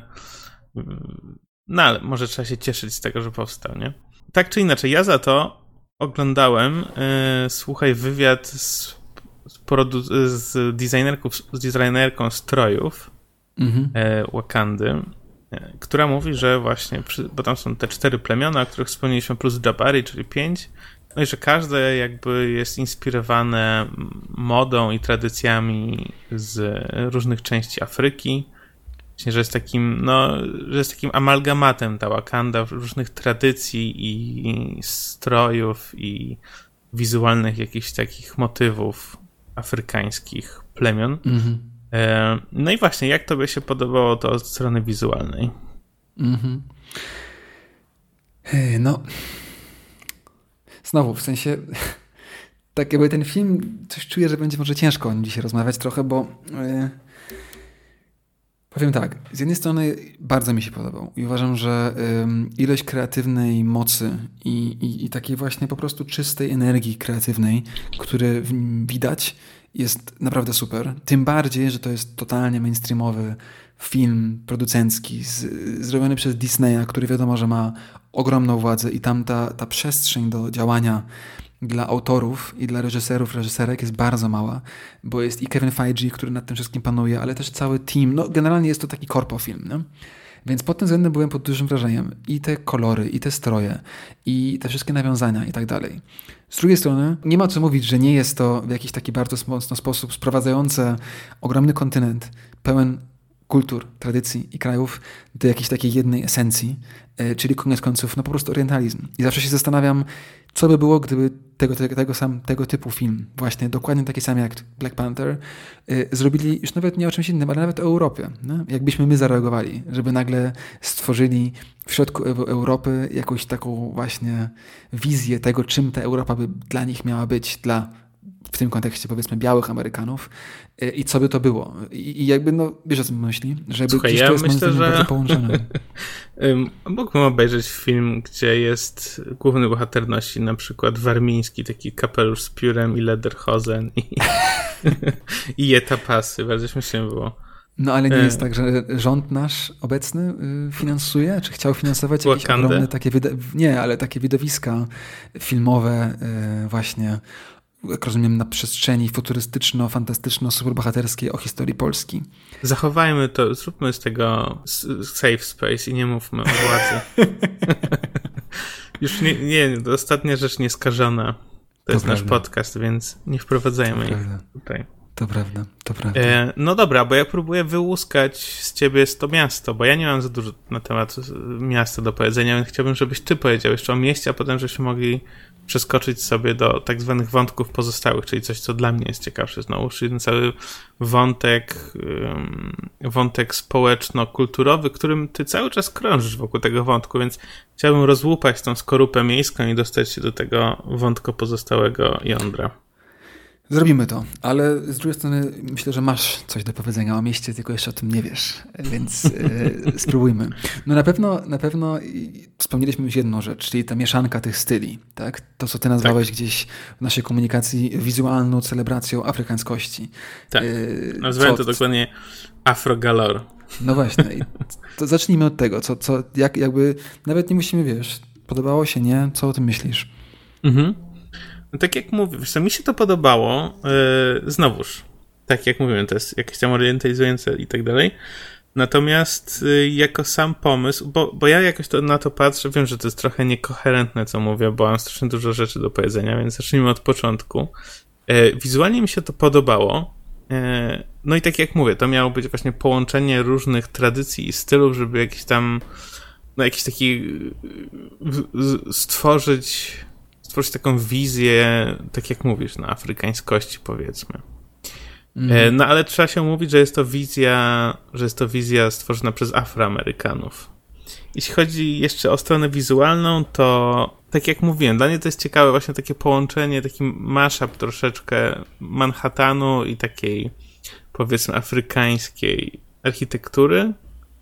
[SPEAKER 2] no ale może trzeba się cieszyć z tego, że powstał, nie? Tak czy inaczej, ja za to oglądałem, yy, słuchaj, wywiad z, z, produ- z, designerką, z designerką strojów mhm. yy, Wakandy, yy, która mówi, że właśnie, przy, bo tam są te cztery plemiona, o których wspomnieliśmy, plus Jabari, czyli pięć, no i że każde jakby jest inspirowane modą i tradycjami z różnych części Afryki. Właśnie, że jest takim, no, że jest takim amalgamatem ta Wakanda różnych tradycji i strojów i wizualnych jakichś takich motywów afrykańskich plemion. Mm-hmm. No i właśnie, jak tobie się podobało to od strony wizualnej?
[SPEAKER 1] Mm-hmm. No, znowu, w sensie tak jakby ten film, coś czuję, że będzie może ciężko o nim dzisiaj rozmawiać trochę, bo yy... powiem tak, z jednej strony bardzo mi się podobał i uważam, że um, ilość kreatywnej mocy i, i, i takiej właśnie po prostu czystej energii kreatywnej, które w nim widać, jest naprawdę super. Tym bardziej, że to jest totalnie mainstreamowy film producencki z, zrobiony przez Disneya, który wiadomo, że ma ogromną władzę i tam ta, ta przestrzeń do działania dla autorów i dla reżyserów, reżyserek jest bardzo mała, bo jest i Kevin Feige, który nad tym wszystkim panuje, ale też cały team. No generalnie jest to taki korpo film, nie? Więc pod tym względem byłem pod dużym wrażeniem. I te kolory, i te stroje, i te wszystkie nawiązania i tak dalej. Z drugiej strony nie ma co mówić, że nie jest to w jakiś taki bardzo mocno sposób sprowadzające ogromny kontynent pełen kultur, tradycji i krajów do jakiejś takiej jednej esencji, czyli koniec końców no po prostu orientalizm. I zawsze się zastanawiam, co by było, gdyby tego, tego, tego, sam, tego typu film, właśnie dokładnie taki sam jak Black Panther, yy, zrobili już nawet nie o czymś innym, ale nawet o Europie. No? Jakbyśmy my zareagowali, żeby nagle stworzyli w środku Europy jakąś taką właśnie wizję tego, czym ta Europa by dla nich miała być, dla w tym kontekście powiedzmy białych Amerykanów yy, i co by to było. I, i jakby, no wiesz o co myśli? Żeby
[SPEAKER 2] Słuchaj, ja to jest myślę, że mógłbym obejrzeć film, gdzie jest główny bohater nosi na przykład warmiński taki kapelusz z piórem i lederhosen i, i je tapasy. Bardzo śmiesznie było.
[SPEAKER 1] No ale nie jest tak, że rząd nasz obecny finansuje, czy chciał finansować jakieś ogromne takie, wyda- nie, ale takie widowiska filmowe właśnie jak rozumiem, na przestrzeni futurystyczno-fantastyczno-superbohaterskiej o historii Polski.
[SPEAKER 2] Zachowajmy to, zróbmy z tego safe space i nie mówmy o władzy. Już nie, nie, ostatnia rzecz nieskażona. To, to jest prawda. Nasz podcast, więc nie wprowadzajmy ich tutaj.
[SPEAKER 1] To prawda, to prawda.
[SPEAKER 2] E, no dobra, bo ja próbuję wyłuskać z ciebie to miasto, bo ja nie mam za dużo na temat miasta do powiedzenia, więc chciałbym, żebyś ty powiedział jeszcze o mieście, a potem żebyśmy mogli przeskoczyć sobie do tak zwanych wątków pozostałych, czyli coś, co dla mnie jest ciekawsze znowu, czyli ten cały wątek um, wątek społeczno-kulturowy, którym ty cały czas krążysz wokół tego wątku, więc chciałbym rozłupać tą skorupę miejską i dostać się do tego wątku pozostałego jądra.
[SPEAKER 1] Zrobimy to, ale z drugiej strony myślę, że masz coś do powiedzenia o mieście, tylko jeszcze o tym nie wiesz, więc yy, spróbujmy. No na pewno, na pewno wspomnieliśmy już jedną rzecz, czyli ta mieszanka tych styli, tak? To, co ty nazwałeś tak. gdzieś w naszej komunikacji wizualną celebracją afrykańskości.
[SPEAKER 2] Tak, yy, nazwałem co, to dokładnie Afro Galore.
[SPEAKER 1] No właśnie, to zacznijmy od tego, co, co jak, jakby, nawet nie musimy, wiesz, podobało się, nie? Co o tym myślisz? Mhm.
[SPEAKER 2] No tak jak mówię, wiesz co, mi się to podobało, yy, znowuż, tak jak mówiłem, to jest jakieś tam orientalizujące i tak dalej, natomiast yy, jako sam pomysł, bo, bo ja jakoś to, na to patrzę, wiem, że to jest trochę niekoherentne, co mówię, bo mam strasznie dużo rzeczy do powiedzenia, więc zacznijmy od początku. Yy, wizualnie mi się to podobało, yy, no i tak jak mówię, to miało być właśnie połączenie różnych tradycji i stylów, żeby jakiś tam, no jakiś taki yy, stworzyć... stworzyć taką wizję, tak jak mówisz, na afrykańskości, powiedzmy. Mm. No ale trzeba się mówić, że jest to wizja, że jest to wizja stworzona przez Afroamerykanów. Jeśli chodzi jeszcze o stronę wizualną, to tak jak mówiłem, dla mnie to jest ciekawe właśnie takie połączenie, taki mashup troszeczkę Manhattanu i takiej, powiedzmy, afrykańskiej architektury.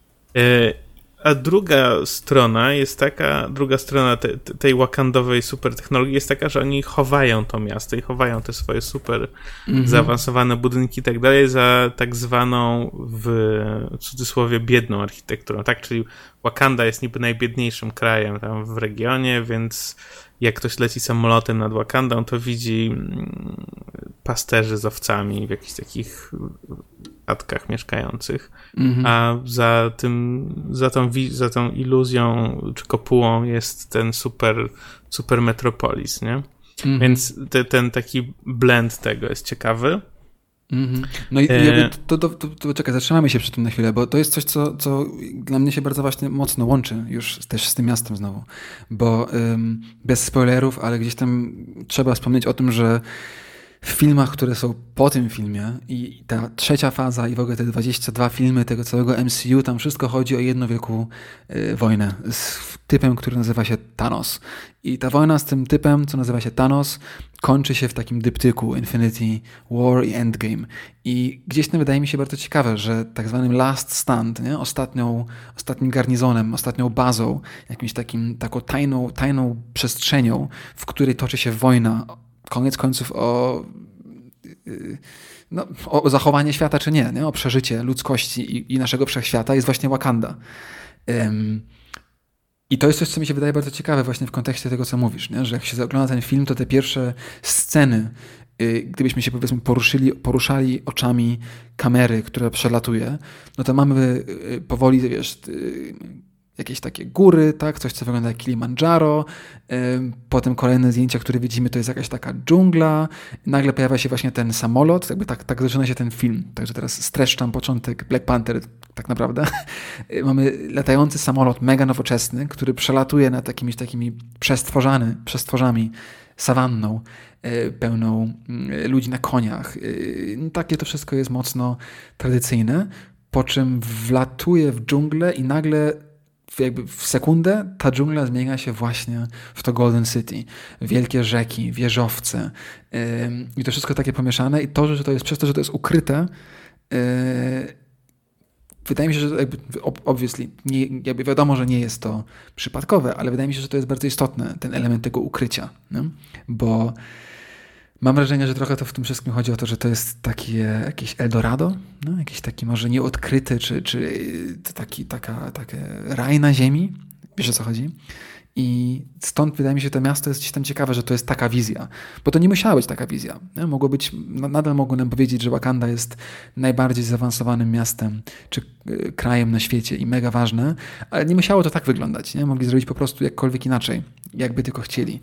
[SPEAKER 2] A druga strona jest taka, druga strona te, te, tej wakandowej super technologii jest taka, że oni chowają to miasto i chowają te swoje super mm-hmm. zaawansowane budynki i tak dalej za tak zwaną w cudzysłowie biedną architekturą, tak? Czyli Wakanda jest niby najbiedniejszym krajem tam w regionie, więc jak ktoś leci samolotem nad Wakandą, to widzi pasterzy z owcami w jakichś takich chatkach mieszkających, mm-hmm. a za tym, za tą, za tą iluzją czy kopułą jest ten super, super metropolis, nie? Mm-hmm. Więc te, ten taki blend tego jest ciekawy.
[SPEAKER 1] Mm-hmm. No i e... jakby to, to, to, to czekaj, zatrzymamy się przy tym na chwilę, bo to jest coś, co, co dla mnie się bardzo właśnie mocno łączy już też z tym miastem znowu, bo ym, bez spoilerów, ale gdzieś tam trzeba wspomnieć o tym, że w filmach, które są po tym filmie i ta trzecia faza i w ogóle te dwadzieścia dwa filmy tego całego M C U, tam wszystko chodzi o jedną wielką y, wojnę z typem, który nazywa się Thanos. I ta wojna z tym typem, co nazywa się Thanos, kończy się w takim dyptyku Infinity War i Endgame. I gdzieś tam wydaje mi się bardzo ciekawe, że tak zwanym last stand, nie? Ostatnią, ostatnim garnizonem, ostatnią bazą, jakimś takim, taką tajną, tajną przestrzenią, w której toczy się wojna, koniec końców o, no, o zachowanie świata czy nie, nie, o przeżycie ludzkości i, i naszego wszechświata jest właśnie Wakanda. Um, I to jest coś, co mi się wydaje bardzo ciekawe właśnie w kontekście tego, co mówisz, nie? Że jak się ogląda ten film, to te pierwsze sceny, y, gdybyśmy się powiedzmy poruszyli, poruszali oczami kamery, która przelatuje, no to mamy y, powoli, wiesz, y, jakieś takie góry, tak, coś, co wygląda jak Kilimandżaro, potem kolejne zdjęcia, które widzimy, to jest jakaś taka dżungla, nagle pojawia się właśnie ten samolot, jakby tak, tak zaczyna się ten film, także teraz streszczam początek Black Panther tak naprawdę. Mamy latający samolot, mega nowoczesny, który przelatuje nad jakimiś takimi przestworzany, przestworzami, sawanną, pełną ludzi na koniach. Takie to wszystko jest mocno tradycyjne, po czym wlatuje w dżunglę i nagle jakby w sekundę ta dżungla zmienia się właśnie w to Golden City. Wielkie rzeki, wieżowce yy, i to wszystko takie pomieszane i to, że to jest przez to, że to jest ukryte, yy, wydaje mi się, że jakby obviously, nie, jakby wiadomo, że nie jest to przypadkowe, ale wydaje mi się, że to jest bardzo istotne, ten element tego ukrycia, nie? Bo mam wrażenie, że trochę to w tym wszystkim chodzi o to, że to jest takie jakieś Eldorado, no, jakiś taki może nieodkryty, czy, czy taki, taka, taki raj na ziemi. Wiesz, o co chodzi? I stąd wydaje mi się, że to miasto jest gdzieś tam ciekawe, że to jest taka wizja. Bo to nie musiała być taka wizja. Nie? Mogło być, nadal mogło nam powiedzieć, że Wakanda jest najbardziej zaawansowanym miastem czy krajem na świecie i mega ważne, ale nie musiało to tak wyglądać. Nie? Mogli zrobić po prostu jakkolwiek inaczej, jakby tylko chcieli.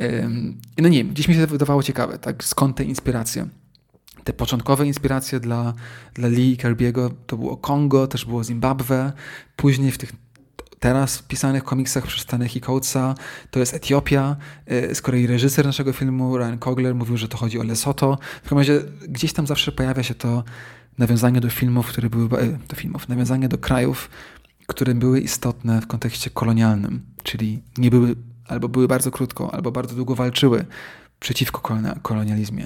[SPEAKER 1] No nie wiem, gdzieś mi się to wydawało ciekawe, tak? Skąd te inspiracje? Te początkowe inspiracje dla, dla Lee i Kirby'ego to było Kongo, też było Zimbabwe. Później w tych teraz pisanych komiksach przez Taneki Coatesa to jest Etiopia. Z kolei reżyser naszego filmu, Ryan Coogler, mówił, że to chodzi o Lesotho. W każdym razie gdzieś tam zawsze pojawia się to nawiązanie do filmów, które były, do filmów, nawiązanie do krajów, które były istotne w kontekście kolonialnym, czyli nie były, albo były bardzo krótko, albo bardzo długo walczyły przeciwko kolonializmie.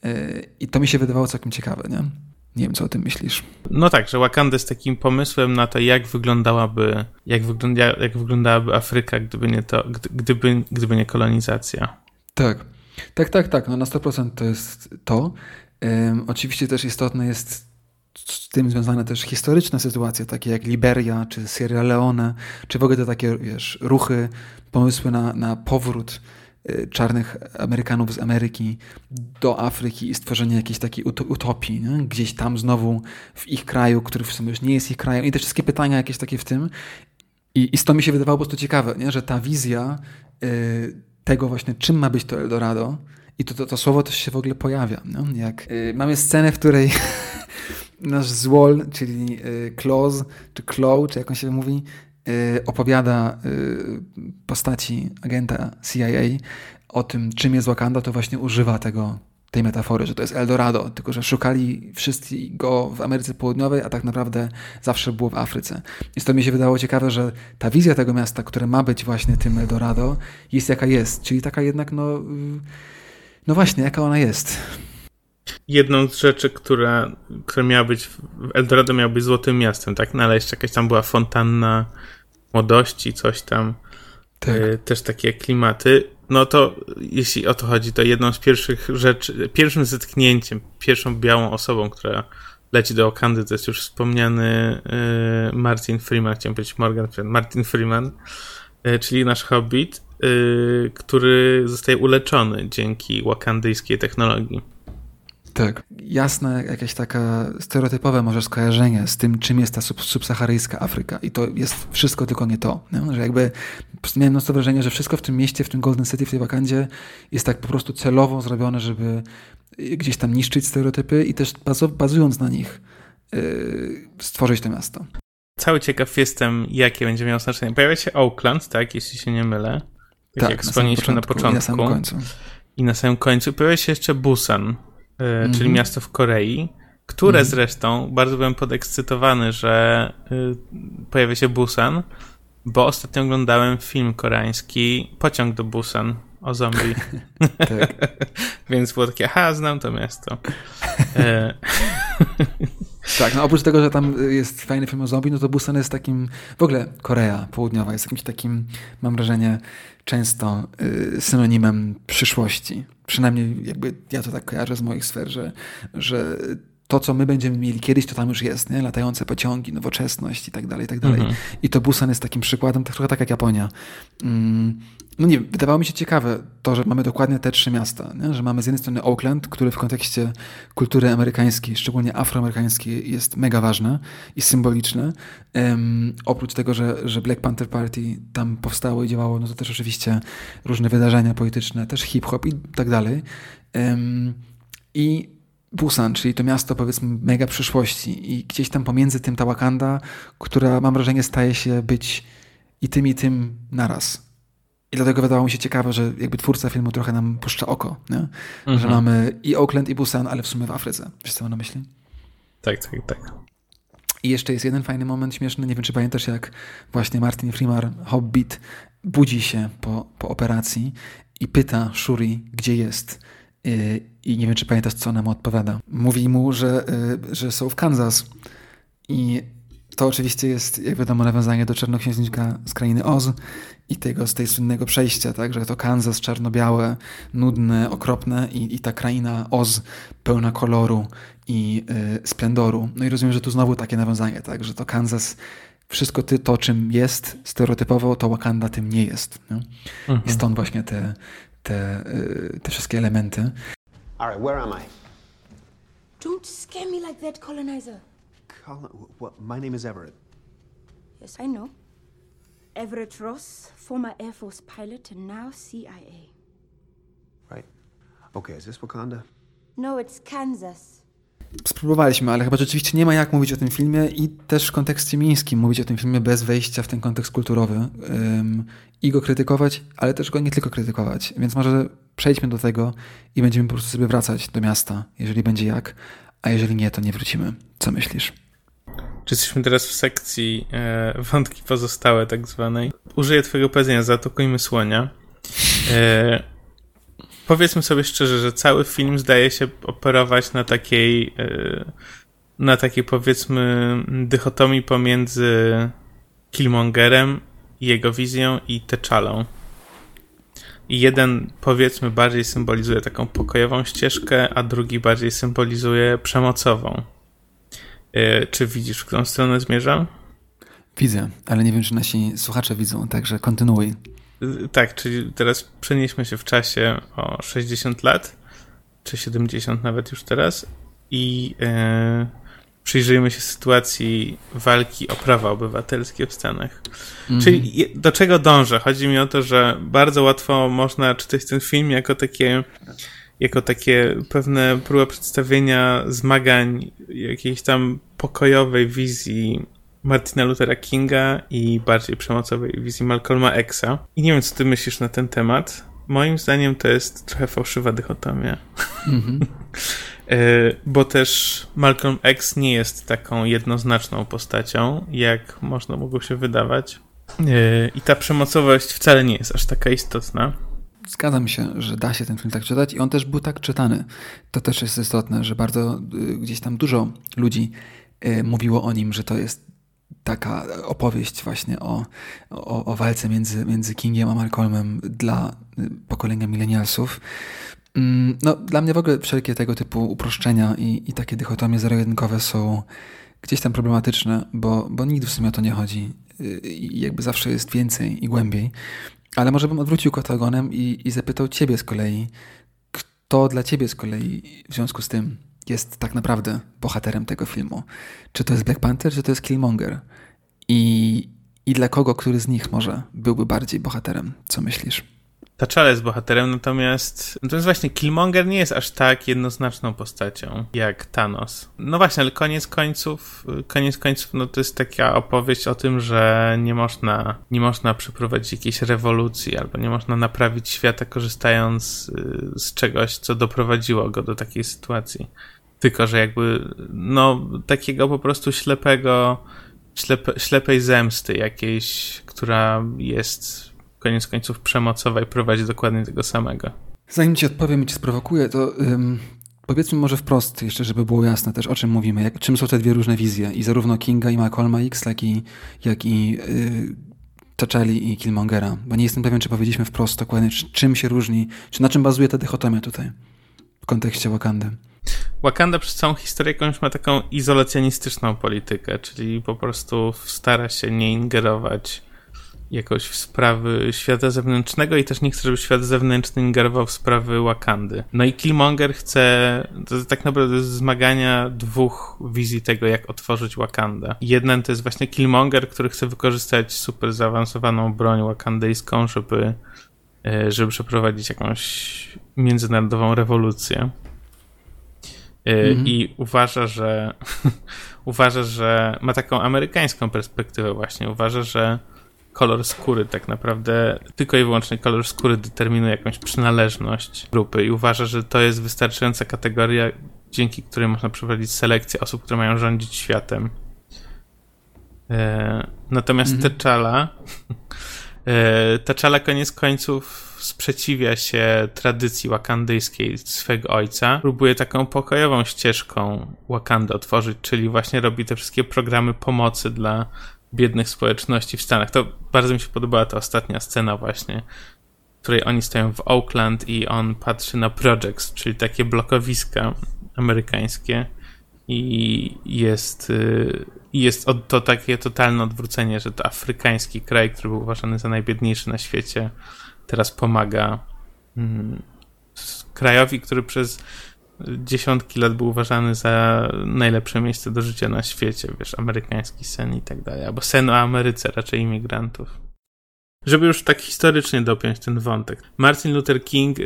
[SPEAKER 1] I to mi się wydawało całkiem ciekawe, nie? Nie wiem, co o tym myślisz.
[SPEAKER 2] No tak, że Wakanda jest takim pomysłem na to, jak wyglądałaby, jak, wygląda, jak wyglądałaby Afryka, gdyby nie to, gdyby, gdyby nie kolonizacja.
[SPEAKER 1] Tak, tak, tak, tak. No na sto procent to jest to. Um, oczywiście też istotne jest z tym związane też historyczne sytuacje, takie jak Liberia, czy Sierra Leone, czy w ogóle te takie, wiesz, ruchy, pomysły na, na powrót czarnych Amerykanów z Ameryki do Afryki i stworzenie jakiejś takiej utopii, nie? Gdzieś tam znowu w ich kraju, który w sumie już nie jest ich krajem i te wszystkie pytania jakieś takie w tym i, i to mi się wydawało po prostu ciekawe, nie? Że ta wizja y, tego właśnie, czym ma być to Eldorado i to, to, to słowo też się w ogóle pojawia, nie? Jak y, mamy scenę, w której nasz Złol, czyli y, Claus, czy Claw, czy jak on się mówi, opowiada postaci agenta C I A o tym, czym jest Wakanda, to właśnie używa tego, tej metafory, że to jest Eldorado, tylko że szukali wszyscy go w Ameryce Południowej, a tak naprawdę zawsze było w Afryce. I to mi się wydało ciekawe, że ta wizja tego miasta, które ma być właśnie tym Eldorado, jest jaka jest, czyli taka jednak, no, no właśnie, jaka ona jest.
[SPEAKER 2] Jedną z rzeczy, która, która miała być, Eldorado miało być złotym miastem, tak? No ale jeszcze jakaś tam była fontanna młodości, coś tam, tak. y, też takie klimaty. No to jeśli o to chodzi, to jedną z pierwszych rzeczy, pierwszym zetknięciem, pierwszą białą osobą, która leci do Wakandy, to jest już wspomniany y, Martin Freeman, chciałem powiedzieć Morgan Freeman, Martin Freeman, y, czyli nasz Hobbit, y, który zostaje uleczony dzięki wakandyjskiej technologii.
[SPEAKER 1] Tak. Jasne, jakieś taka stereotypowe może skojarzenie z tym, czym jest ta sub- subsaharyjska Afryka. I to jest wszystko, tylko nie to. Nie? Że jakby miałem mocno wrażenie, że wszystko w tym mieście, w tym Golden City, w tej Wakandzie jest tak po prostu celowo zrobione, żeby gdzieś tam niszczyć stereotypy i też bazo- bazując na nich yy, stworzyć to miasto.
[SPEAKER 2] Cały ciekaw jestem, jakie będzie miało znaczenie. Pojawia się Oakland, tak, jeśli się nie mylę.
[SPEAKER 1] Tak,
[SPEAKER 2] jak wspomnieliśmy na początku.
[SPEAKER 1] I na samym końcu.
[SPEAKER 2] I na samym końcu pojawia się jeszcze Busan, Mm-hmm. czyli miasto w Korei, które mm-hmm. zresztą bardzo byłem podekscytowany, że y, pojawia się Busan, bo ostatnio oglądałem film koreański Pociąg do Busan o zombie.
[SPEAKER 1] Tak.
[SPEAKER 2] Więc było takie, aha, znam to miasto.
[SPEAKER 1] Tak, no oprócz tego, że tam jest fajny film o zombie, no to Busan jest takim, w ogóle Korea Południowa jest jakimś takim, mam wrażenie, często y, synonimem przyszłości. Przynajmniej jakby ja to tak kojarzę z moich sfer, że, że to, co my będziemy mieli kiedyś, to tam już jest, nie? Latające pociągi, nowoczesność i tak dalej, i tak dalej. Mm-hmm. I to Busan jest takim przykładem, tak, trochę tak jak Japonia. Mm, no nie wiem, wydawało mi się ciekawe to, że mamy dokładnie te trzy miasta, nie? Że mamy z jednej strony Oakland, który w kontekście kultury amerykańskiej, szczególnie afroamerykańskiej, jest mega ważny i symboliczny. Um, oprócz tego, że, że Black Panther Party tam powstało i działało, no to też oczywiście różne wydarzenia polityczne, też hip-hop i tak dalej. Um, I Busan, czyli to miasto, powiedzmy, mega przyszłości i gdzieś tam pomiędzy tym ta Wakanda, która mam wrażenie staje się być i tym i tym naraz. I dlatego wydawało mi się ciekawe, że jakby twórca filmu trochę nam puszcza oko, nie? Mhm. Że mamy i Oakland i Busan, ale w sumie w Afryce. Wiesz, co mam na myśli?
[SPEAKER 2] Tak, tak, tak.
[SPEAKER 1] I jeszcze jest jeden fajny moment śmieszny, nie wiem, czy pamiętasz, jak właśnie Martin Freeman, Hobbit, budzi się po, po operacji i pyta Shuri, gdzie jest. I nie wiem, czy pamiętasz, co ona mu odpowiada. Mówi mu, że, że są w Kansas. I to oczywiście jest, jak wiadomo, nawiązanie do Czarnoksiężnika z Krainy Oz i tego, z tej słynnego przejścia, tak, że to Kansas czarno-białe, nudne, okropne i, i ta kraina Oz pełna koloru i y, splendoru. No i rozumiem, że tu znowu takie nawiązanie, tak, że to Kansas wszystko ty, to, czym jest stereotypowo, to Wakanda tym nie jest. Nie? Mhm. I stąd właśnie te, te, te wszystkie elementy.
[SPEAKER 4] All right, where am I?
[SPEAKER 5] Don't scare me like that, colonizer.
[SPEAKER 4] Col- what? My name is Everett.
[SPEAKER 5] Yes, I know. Everett Ross, former Air Force pilot and now C I A.
[SPEAKER 4] Right. Okay, is this Wakanda?
[SPEAKER 5] No, it's Kansas.
[SPEAKER 1] Spróbowaliśmy, ale chyba rzeczywiście nie ma jak mówić o tym filmie i też w kontekście mińskim mówić o tym filmie bez wejścia w ten kontekst kulturowy ym, i go krytykować, ale też go nie tylko krytykować. Więc może przejdźmy do tego i będziemy po prostu sobie wracać do miasta, jeżeli będzie jak, a jeżeli nie, to nie wrócimy. Co myślisz?
[SPEAKER 2] Czy jesteśmy teraz w sekcji e, wątki pozostałe tak zwanej? Użyję twojego powiedzenia, zaatakujmy słonia. E, powiedzmy sobie szczerze, że cały film zdaje się operować na takiej e, na takiej powiedzmy dychotomii pomiędzy Killmongerem i jego wizją i T'Challą. I jeden powiedzmy bardziej symbolizuje taką pokojową ścieżkę, a drugi bardziej symbolizuje przemocową. Czy widzisz, w którą stronę zmierzam?
[SPEAKER 1] Widzę, ale nie wiem, czy nasi słuchacze widzą, także kontynuuj.
[SPEAKER 2] Tak, czyli teraz przenieśmy się w czasie o sześćdziesiąt lat, czy siedemdziesiąt nawet już teraz i e, przyjrzyjmy się sytuacji walki o prawa obywatelskie w Stanach. Mm-hmm. Czyli do czego dążę? Chodzi mi o to, że bardzo łatwo można czytać ten film jako takie jako takie pewne próby przedstawienia zmagań jakiejś tam pokojowej wizji Martina Luthera Kinga i bardziej przemocowej wizji Malcolma Xa. I nie wiem, co ty myślisz na ten temat. Moim zdaniem to jest trochę fałszywa dychotomia. Mm-hmm. Bo też Malcolm X nie jest taką jednoznaczną postacią, jak można mogło się wydawać. I ta przemocowość wcale nie jest aż taka istotna.
[SPEAKER 1] Zgadzam się, że da się ten film tak czytać i on też był tak czytany. To też jest istotne, że bardzo y, gdzieś tam dużo ludzi y, mówiło o nim, że to jest taka opowieść właśnie o, o, o walce między, między Kingiem a Malcolmem dla y, pokolenia milenialsów. Mm, no, dla mnie w ogóle wszelkie tego typu uproszczenia i, i takie dychotomie zero-jedynkowe są gdzieś tam problematyczne, bo, bo nigdy w sumie o to nie chodzi. I y, jakby zawsze jest więcej i głębiej. Ale może bym odwrócił kota ogonem i, i zapytał ciebie z kolei, kto dla ciebie z kolei w związku z tym jest tak naprawdę bohaterem tego filmu. Czy to jest Black Panther, czy to jest Killmonger? I, i dla kogo, który z nich może byłby bardziej bohaterem? Co myślisz?
[SPEAKER 2] T'Challa jest bohaterem, natomiast natomiast właśnie Killmonger nie jest aż tak jednoznaczną postacią jak Thanos. No właśnie, ale koniec końców, koniec końców, no to jest taka opowieść o tym, że nie można, nie można przeprowadzić jakiejś rewolucji albo nie można naprawić świata korzystając z czegoś, co doprowadziło go do takiej sytuacji. Tylko, że jakby, no, takiego po prostu ślepego, ślepe, ślepej zemsty jakiejś, która jest koniec końców przemocowa i prowadzi dokładnie tego samego.
[SPEAKER 1] Zanim ci odpowiem i cię sprowokuję, to ym, powiedzmy może wprost, jeszcze żeby było jasne też, o czym mówimy, jak, czym są te dwie różne wizje i zarówno Kinga i Malcolma X, jak i, jak i yy, T'Challi i Killmongera, bo nie jestem pewien, czy powiedzieliśmy wprost dokładnie, czy, czym się różni, czy na czym bazuje ta dychotomia tutaj w kontekście Wakandy.
[SPEAKER 2] Wakanda przez całą historię jakąś ma taką izolacjonistyczną politykę, czyli po prostu stara się nie ingerować jakoś w sprawy świata zewnętrznego i też nie chce, żeby świat zewnętrzny ingerował w sprawy Wakandy. No i Killmonger chce, to tak naprawdę zmagania dwóch wizji tego, jak otworzyć Wakandę. Jedna to jest właśnie Killmonger, który chce wykorzystać super zaawansowaną broń wakandyjską, żeby, żeby przeprowadzić jakąś międzynarodową rewolucję. Mhm. I uważa, że uważa, że ma taką amerykańską perspektywę właśnie. Uważa, że kolor skóry tak naprawdę, tylko i wyłącznie kolor skóry determinuje jakąś przynależność grupy i uważa, że to jest wystarczająca kategoria, dzięki której można przeprowadzić selekcję osób, które mają rządzić światem. E, natomiast mhm. T'Challa e, T'Challa koniec końców sprzeciwia się tradycji wakandyjskiej swego ojca. Próbuje taką pokojową ścieżką Wakandę otworzyć, czyli właśnie robi te wszystkie programy pomocy dla biednych społeczności w Stanach. To bardzo mi się podobała ta ostatnia scena właśnie, w której oni stoją w Oakland i on patrzy na projects, czyli takie blokowiska amerykańskie i jest, I jest to takie totalne odwrócenie, że to afrykański kraj, który był uważany za najbiedniejszy na świecie, teraz pomaga mm, krajowi, który przez dziesiątki lat był uważany za najlepsze miejsce do życia na świecie, wiesz, amerykański sen i tak dalej, albo sen o Ameryce, raczej imigrantów. Żeby już tak historycznie dopiąć ten wątek. Martin Luther King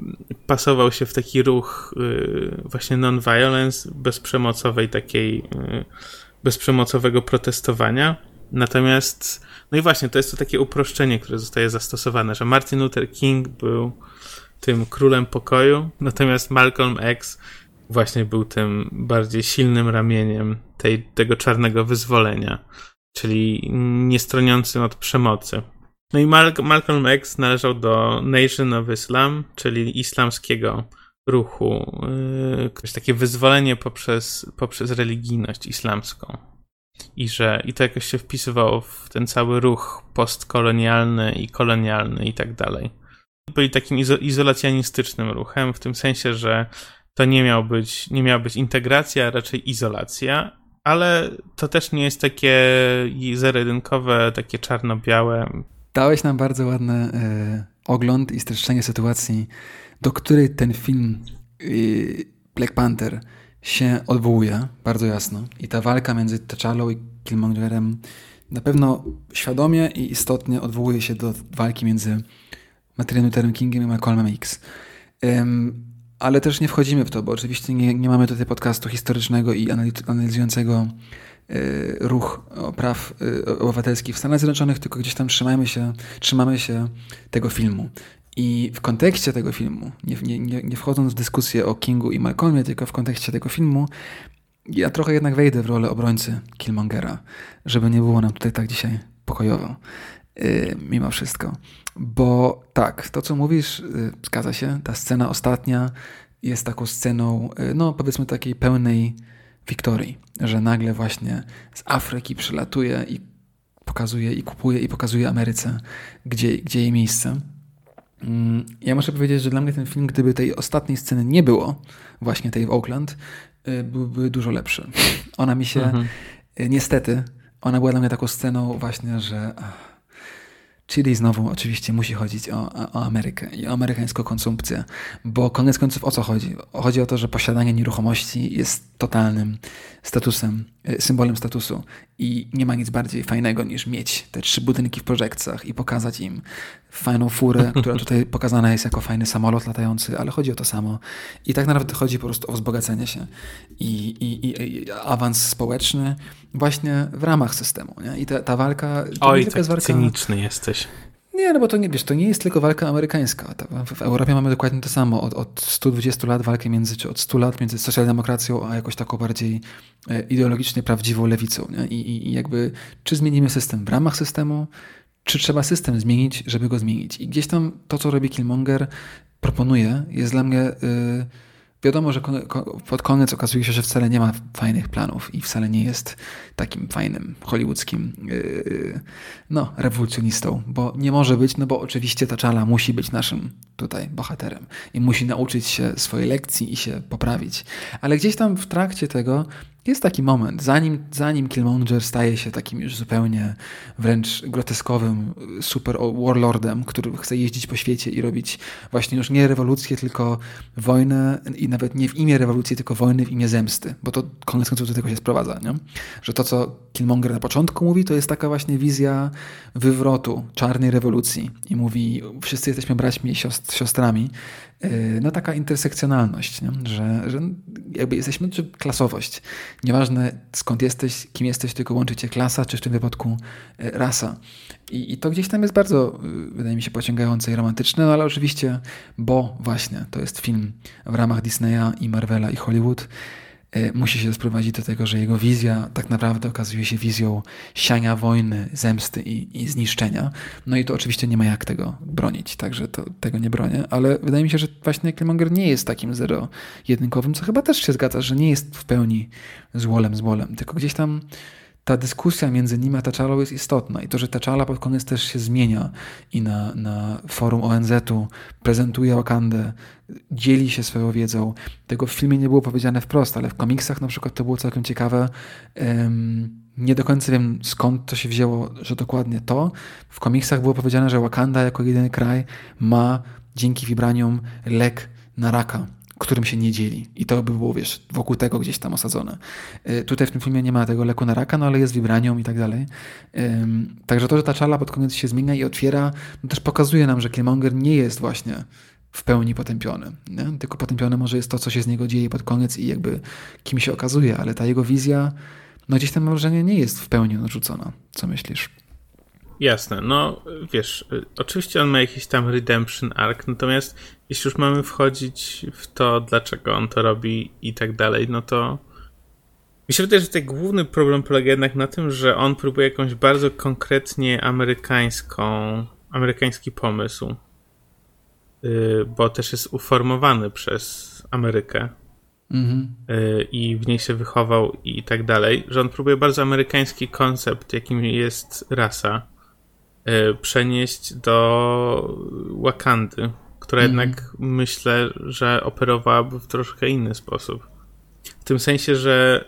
[SPEAKER 2] pasował się w taki ruch właśnie non-violence, bezprzemocowej takiej, bezprzemocowego protestowania. Natomiast, no i właśnie, to jest to takie uproszczenie, które zostaje zastosowane, że Martin Luther King był tym królem pokoju, natomiast Malcolm X właśnie był tym bardziej silnym ramieniem tej, tego czarnego wyzwolenia, czyli nie stroniącym od przemocy. No i Mal- Malcolm X należał do Nation of Islam, czyli islamskiego ruchu, yy, takie wyzwolenie poprzez, poprzez religijność islamską. I że i to jakoś się wpisywało w ten cały ruch postkolonialny i kolonialny i tak dalej. Byli takim izo- izolacjonistycznym ruchem, w tym sensie, że to nie miał być, nie miała być integracja, a raczej izolacja, ale to też nie jest takie zero-jedynkowe, takie czarno-białe.
[SPEAKER 1] Dałeś nam bardzo ładny y, ogląd i streszczenie sytuacji, do której ten film y, Black Panther się odwołuje bardzo jasno. I ta walka między T'Challą i Killmongerem na pewno świadomie i istotnie odwołuje się do walki między Martinem Lutherem Kingiem i Malcolmem X. Um, ale też nie wchodzimy w to, bo oczywiście nie, nie mamy tutaj podcastu historycznego i analizującego y, ruch o praw y, obywatelskich w Stanach Zjednoczonych, tylko gdzieś tam trzymajmy się, trzymamy się tego filmu. I w kontekście tego filmu, nie, nie, nie wchodząc w dyskusję o Kingu i Malcolmie, tylko w kontekście tego filmu, ja trochę jednak wejdę w rolę obrońcy Killmongera, żeby nie było nam tutaj tak dzisiaj pokojowo. Yy, mimo wszystko. Bo tak, to co mówisz, yy, zgadza się, ta scena ostatnia jest taką sceną, yy, no powiedzmy takiej pełnej wiktorii, że nagle właśnie z Afryki przylatuje i pokazuje, i kupuje, i pokazuje Ameryce, gdzie, gdzie jej miejsce. Yy, ja muszę powiedzieć, że dla mnie ten film, gdyby tej ostatniej sceny nie było, właśnie tej w Oakland, yy, byłby dużo lepszy. Ona mi się, mhm. yy, niestety, ona była dla mnie taką sceną właśnie, że czyli znowu oczywiście musi chodzić o, o Amerykę i o amerykańską konsumpcję, bo koniec końców o co chodzi? Chodzi o to, że posiadanie nieruchomości jest totalnym statusem, symbolem statusu i nie ma nic bardziej fajnego niż mieć te trzy budynki w projekcjach i pokazać im fajną furę, która tutaj pokazana jest jako fajny samolot latający, ale chodzi o to samo. I tak naprawdę chodzi po prostu o wzbogacenie się i, i, i awans społeczny właśnie w ramach systemu. Nie? I ta, ta walka... To
[SPEAKER 2] Oj,
[SPEAKER 1] nie
[SPEAKER 2] tak
[SPEAKER 1] jest walka...
[SPEAKER 2] cyniczny jesteś.
[SPEAKER 1] Nie, no bo to nie, wiesz, to nie jest tylko walka amerykańska. W Europie mamy dokładnie to samo. Od, od stu dwudziestu lat walkę między, czy od stu lat między socjaldemokracją, a jakoś taką bardziej ideologicznie prawdziwą lewicą. Nie? I, i, I jakby, czy zmienimy system w ramach systemu, czy trzeba system zmienić, żeby go zmienić. I gdzieś tam to, co robi Killmonger, proponuje, jest dla mnie... Yy, wiadomo, że kon, kon, pod koniec okazuje się, że wcale nie ma fajnych planów i wcale nie jest takim fajnym, hollywoodzkim yy, no, rewolucjonistą, bo nie może być, no bo oczywiście T'Challa musi być naszym tutaj bohaterem i musi nauczyć się swojej lekcji i się poprawić. Ale gdzieś tam w trakcie tego jest taki moment, zanim, zanim Killmonger staje się takim już zupełnie wręcz groteskowym super warlordem, który chce jeździć po świecie i robić właśnie już nie rewolucję, tylko wojnę i nawet nie w imię rewolucji, tylko wojny w imię zemsty, bo to koniec końców do tego się sprowadza, nie? Że to, co Killmonger na początku mówi, to jest taka właśnie wizja wywrotu, czarnej rewolucji i mówi, wszyscy jesteśmy braćmi i siostr, siostrami, no taka intersekcjonalność, nie? Że, że jakby jesteśmy, czy klasowość. Nieważne skąd jesteś, kim jesteś, tylko łączy cię klasa, czy w tym wypadku rasa. I, i to gdzieś tam jest bardzo, wydaje mi się, pociągające i romantyczne, no ale oczywiście, bo właśnie to jest film w ramach Disneya i Marvela i Hollywood, musi się sprowadzić do tego, że jego wizja tak naprawdę okazuje się wizją siania wojny, zemsty i, i zniszczenia. No i to oczywiście nie ma jak tego bronić, także to, tego nie bronię, ale wydaje mi się, że właśnie Killmonger nie jest takim zero-jedynkowym, co chyba też się zgadza, że nie jest w pełni złolem złolem, tylko gdzieś tam ta dyskusja między nim a T'Challą jest istotna i to, że T'Challa pod koniec też się zmienia i na, na forum O N Z-u prezentuje Wakandę, dzieli się swoją wiedzą. Tego w filmie nie było powiedziane wprost, ale w komiksach na przykład to było całkiem ciekawe. Um, nie do końca wiem, skąd to się wzięło, że dokładnie to. W komiksach było powiedziane, że Wakanda jako jedyny kraj ma dzięki vibranium lek na raka, którym się nie dzieli. I to by było, wiesz, wokół tego gdzieś tam osadzone. Tutaj w tym filmie nie ma tego leku na raka, no ale jest vibranium i tak dalej. Także to, że ta czala pod koniec się zmienia i otwiera, no też pokazuje nam, że Killmonger nie jest właśnie w pełni potępiony. Nie? Tylko potępione może jest to, co się z niego dzieje pod koniec i jakby kim się okazuje, ale ta jego wizja, no gdzieś tam mam wrażenie, nie jest w pełni odrzucona. Co myślisz?
[SPEAKER 2] Jasne, no wiesz, oczywiście on ma jakiś tam redemption arc, natomiast jeśli już mamy wchodzić w to, dlaczego on to robi i tak dalej, no to mi się wydaje, że ten główny problem polega jednak na tym, że on próbuje jakąś bardzo konkretnie amerykańską, amerykański pomysł, bo też jest uformowany przez Amerykę. Mhm. I w niej się wychował i tak dalej, że on próbuje bardzo amerykański koncept, jakim jest rasa, przenieść do Wakandy, która mhm. jednak myślę, że operowałaby w troszkę inny sposób. W tym sensie, że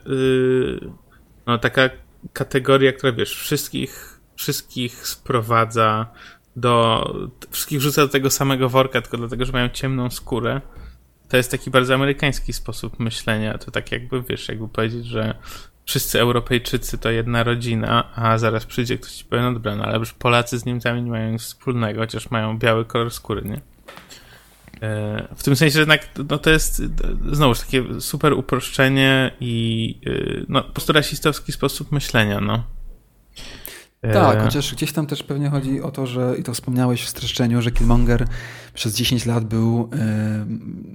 [SPEAKER 2] no, taka kategoria, która wiesz, wszystkich, wszystkich sprowadza do, wszystkich wrzuca do tego samego worka, tylko dlatego, że mają ciemną skórę. To jest taki bardzo amerykański sposób myślenia. To tak jakby, wiesz, jakby powiedzieć, że wszyscy Europejczycy to jedna rodzina, a zaraz przyjdzie ktoś i powie, no dobra, no ale już Polacy z Niemcami nie mają nic wspólnego, chociaż mają biały kolor skóry, nie? W tym sensie, że jednak no to jest znowuż takie super uproszczenie i no, po prostu rasistowski sposób myślenia, no.
[SPEAKER 1] Tak, chociaż gdzieś tam też pewnie chodzi o to, że, i to wspomniałeś w streszczeniu, że Killmonger przez dziesięć lat był e,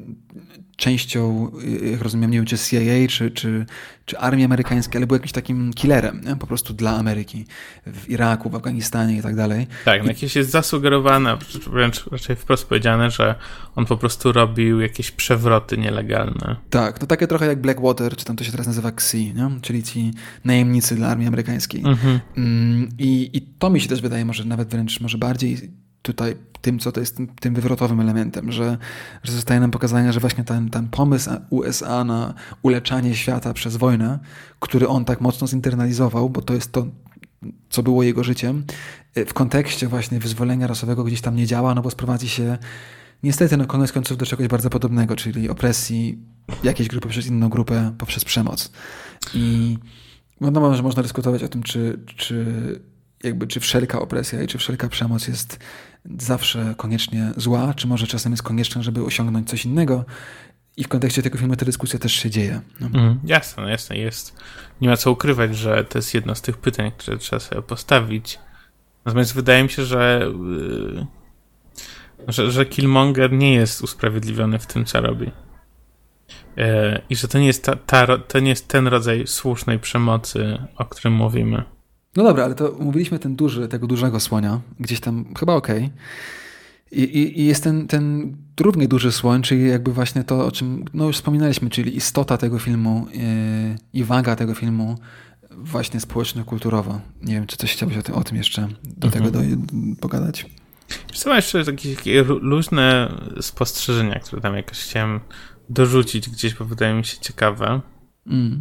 [SPEAKER 1] częścią, jak rozumiem, nie wiem, czy C I A, czy, czy, czy armii amerykańskiej, ale był jakimś takim killerem, nie? Po prostu dla Ameryki. W Iraku, w Afganistanie i tak dalej.
[SPEAKER 2] Tak, no
[SPEAKER 1] I...
[SPEAKER 2] jakieś jest zasugerowane, wręcz raczej wprost powiedziane, że on po prostu robił jakieś przewroty nielegalne.
[SPEAKER 1] Tak, no takie trochę jak Blackwater, czy tam to się teraz nazywa X I, nie? Czyli ci najemnicy dla armii amerykańskiej. Mhm. I, I to mi się też wydaje może nawet wręcz może bardziej tutaj tym, co to jest tym, tym wywrotowym elementem, że, że zostaje nam pokazane, że właśnie ten, ten pomysł U S A na uleczanie świata przez wojnę, który on tak mocno zinternalizował, bo to jest to, co było jego życiem, w kontekście właśnie wyzwolenia rasowego gdzieś tam nie działa, no bo sprowadzi się niestety na koniec końców do czegoś bardzo podobnego, czyli opresji jakiejś grupy przez inną grupę poprzez przemoc. I wiadomo, że można dyskutować o tym, czy, czy jakby czy wszelka opresja i czy wszelka przemoc jest zawsze koniecznie zła, czy może czasem jest konieczna, żeby osiągnąć coś innego. I w kontekście tego filmu ta dyskusja też się dzieje. No.
[SPEAKER 2] Mm, jasne, no jasne jest. Nie ma co ukrywać, że to jest jedno z tych pytań, które trzeba sobie postawić. Natomiast wydaje mi się, że, yy, że, że Killmonger nie jest usprawiedliwiony w tym, co robi. Yy, I że to nie jest ta, ta, to nie jest ten rodzaj słusznej przemocy, o którym mówimy.
[SPEAKER 1] No dobra, ale to mówiliśmy ten duży, tego dużego słonia, gdzieś tam chyba okej. Okay. I, i, I jest ten, ten równie duży słoń, czyli jakby właśnie to, o czym no już wspominaliśmy, czyli istota tego filmu yy, i waga tego filmu właśnie społeczno-kulturowo. Nie wiem, czy coś chciałbyś o tym, o tym jeszcze do mhm. tego do, pogadać?
[SPEAKER 2] Są jeszcze takie, takie luźne spostrzeżenia, które tam jakoś chciałem dorzucić gdzieś, bo wydaje mi się ciekawe. Mm.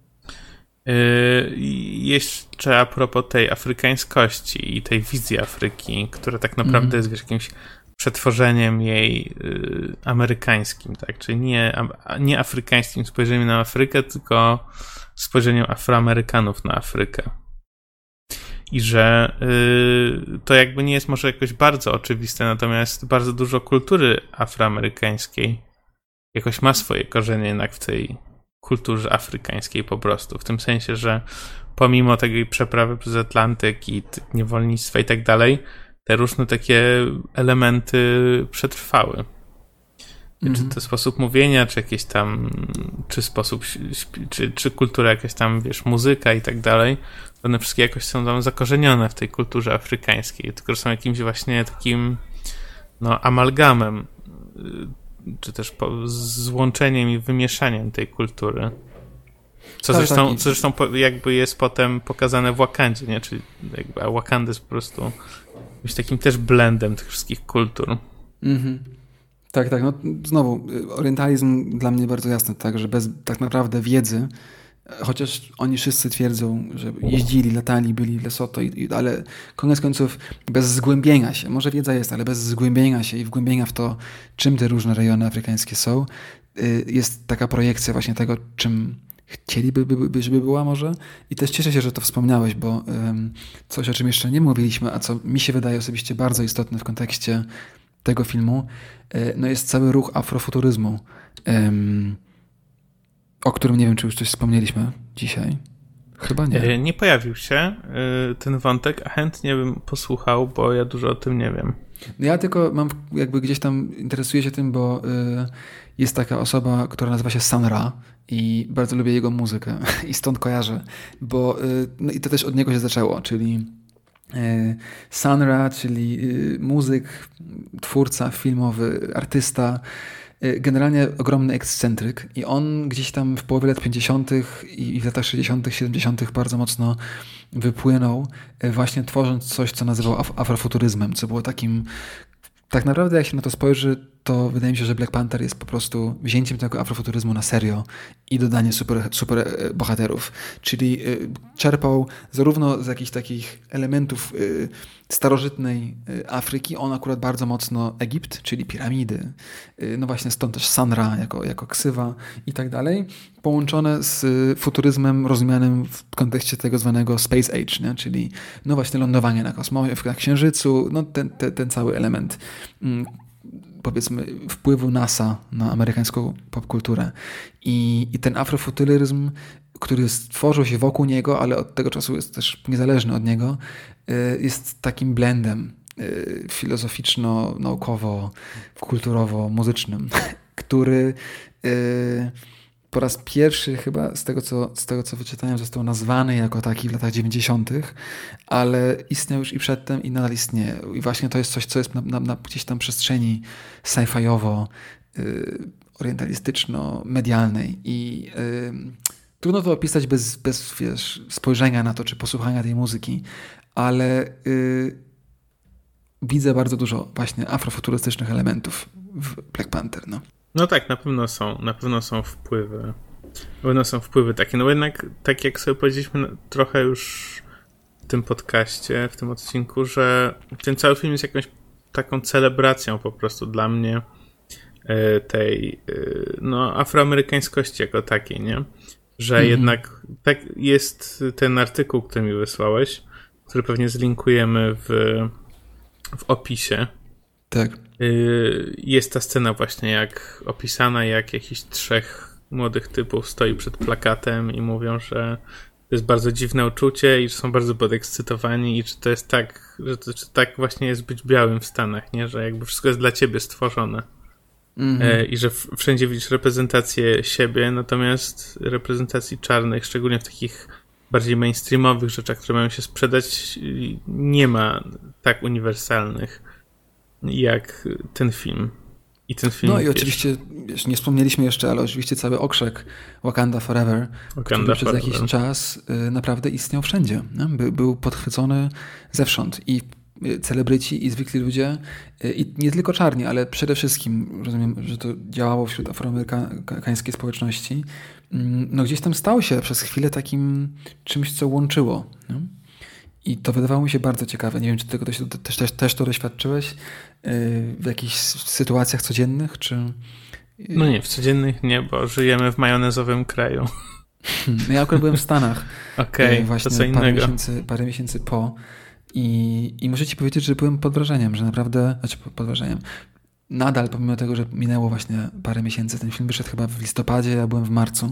[SPEAKER 2] Jeszcze a propos tej afrykańskości i tej wizji Afryki, która tak naprawdę mm. jest wiesz, jakimś przetworzeniem jej y, amerykańskim, tak? Czyli nie, a, nie afrykańskim spojrzeniem na Afrykę, tylko spojrzeniem Afroamerykanów na Afrykę. I że y, to jakby nie jest może jakoś bardzo oczywiste, natomiast bardzo dużo kultury afroamerykańskiej jakoś ma swoje korzenie jednak w tej kulturze afrykańskiej po prostu. W tym sensie, że pomimo tej przeprawy przez Atlantyk i niewolnictwa i tak dalej, te różne takie elementy przetrwały. Mm-hmm. Czy to sposób mówienia, czy jakieś tam, czy sposób, czy, czy kultura jakaś tam, wiesz, muzyka i tak dalej, one wszystkie jakoś są tam zakorzenione w tej kulturze afrykańskiej, tylko że są jakimś właśnie takim no, amalgamem, czy też po, złączeniem i wymieszaniem tej kultury. Co tak, zresztą, co zresztą jakby jest potem pokazane w Wakandzie, nie? Czyli jakby, a Wakanda jest po prostu być takim też blendem tych wszystkich kultur. Mhm.
[SPEAKER 1] Tak, tak. No, znowu, orientalizm dla mnie bardzo jasny, tak, że bez tak naprawdę wiedzy chociaż oni wszyscy twierdzą, że jeździli, latali, byli w Lesotho, i, i, ale koniec końców bez zgłębienia się, może wiedza jest, ale bez zgłębienia się i wgłębienia w to, czym te różne rejony afrykańskie są, jest taka projekcja właśnie tego, czym chcieliby, by, by, żeby była może. I też cieszę się, że to wspomniałeś, bo um, coś, o czym jeszcze nie mówiliśmy, a co mi się wydaje osobiście bardzo istotne w kontekście tego filmu, no jest cały ruch afrofuturyzmu, um, o którym nie wiem, czy już coś wspomnieliśmy dzisiaj. Chyba nie.
[SPEAKER 2] Nie pojawił się ten wątek, a chętnie bym posłuchał, bo ja dużo o tym nie wiem.
[SPEAKER 1] Ja tylko mam jakby gdzieś tam interesuję się tym, bo jest taka osoba, która nazywa się Sun Ra i bardzo lubię jego muzykę i stąd kojarzę, bo no i to też od niego się zaczęło, czyli Sun Ra, czyli muzyk, twórca filmowy, artysta, generalnie ogromny ekscentryk i on gdzieś tam w połowie lat pięćdziesiątych i w latach sześćdziesiątych, siedemdziesiątych bardzo mocno wypłynął, właśnie tworząc coś, co nazywał af- afrofuturyzmem, co było takim, tak naprawdę jak się na to spojrzy, to wydaje mi się, że Black Panther jest po prostu wzięciem tego afrofuturyzmu na serio i dodaniem super, super bohaterów. Czyli czerpał zarówno z jakichś takich elementów starożytnej Afryki, on akurat bardzo mocno Egipt, czyli piramidy, no właśnie stąd też Sun Ra jako, jako ksywa i tak dalej, połączone z futuryzmem rozumianym w kontekście tego zwanego Space Age, nie? Czyli no właśnie lądowanie na kosmosie, na Księżycu, no ten, ten, ten cały element powiedzmy wpływu NASA na amerykańską popkulturę. I, i ten afrofuturyzm, który stworzył się wokół niego, ale od tego czasu jest też niezależny od niego, jest takim blendem filozoficzno-naukowo, kulturowo-muzycznym, który po raz pierwszy chyba z tego, co, z tego co wyczytałem, został nazwany jako taki w latach dziewięćdziesiątych, ale istniał już i przedtem i nadal istnieje. I właśnie to jest coś, co jest na, na, na gdzieś tam przestrzeni sci-fiowo, y, orientalistyczno-medialnej i y, trudno to opisać bez, bez wiesz, spojrzenia na to, czy posłuchania tej muzyki, ale y, widzę bardzo dużo właśnie afrofuturystycznych elementów w Black Panther, no.
[SPEAKER 2] No tak, na pewno są, na pewno są wpływy. Na pewno są wpływy takie, no bo jednak tak jak sobie powiedzieliśmy trochę już w tym podcaście, w tym odcinku, że ten cały film jest jakąś taką celebracją po prostu dla mnie tej no afroamerykańskości jako takiej, nie? Że mhm. jednak tak jest ten artykuł, który mi wysłałeś, który pewnie zlinkujemy w, w opisie.
[SPEAKER 1] Tak.
[SPEAKER 2] Jest ta scena właśnie jak opisana, jak jakichś trzech młodych typów stoi przed plakatem i mówią, że to jest bardzo dziwne uczucie i że są bardzo podekscytowani i czy to jest tak, że to czy tak właśnie jest być białym w Stanach, nie? Że jakby wszystko jest dla ciebie stworzone. Mm-hmm. I że wszędzie widzisz reprezentację siebie, natomiast reprezentacji czarnych, szczególnie w takich bardziej mainstreamowych rzeczach, które mają się sprzedać, nie ma tak uniwersalnych jak ten film. I ten film.
[SPEAKER 1] No i wiesz, oczywiście, wiesz, nie wspomnieliśmy jeszcze, ale oczywiście cały okrzyk Wakanda Forever,
[SPEAKER 2] Wakanda
[SPEAKER 1] który przez
[SPEAKER 2] Forever.
[SPEAKER 1] jakiś czas y, naprawdę istniał wszędzie. By, był podchwycony zewsząd. I celebryci, i zwykli ludzie, y, i nie tylko czarni, ale przede wszystkim, rozumiem, że to działało wśród afroamerykańskiej społeczności, y, no gdzieś tam stał się przez chwilę takim czymś, co łączyło. Nie? I to wydawało mi się bardzo ciekawe. Nie wiem, czy tego też, też, też, też to doświadczyłeś w jakichś sytuacjach codziennych, czy...
[SPEAKER 2] No nie, w codziennych nie, bo żyjemy w majonezowym kraju.
[SPEAKER 1] No ja akurat byłem w Stanach.
[SPEAKER 2] Okej, okay,
[SPEAKER 1] właśnie
[SPEAKER 2] to co
[SPEAKER 1] parę
[SPEAKER 2] innego.
[SPEAKER 1] Miesięcy, parę miesięcy po i, i muszę ci powiedzieć, że byłem pod wrażeniem, że naprawdę, znaczy pod wrażeniem, nadal pomimo tego, że minęło właśnie parę miesięcy, ten film wyszedł chyba w listopadzie, ja byłem w marcu,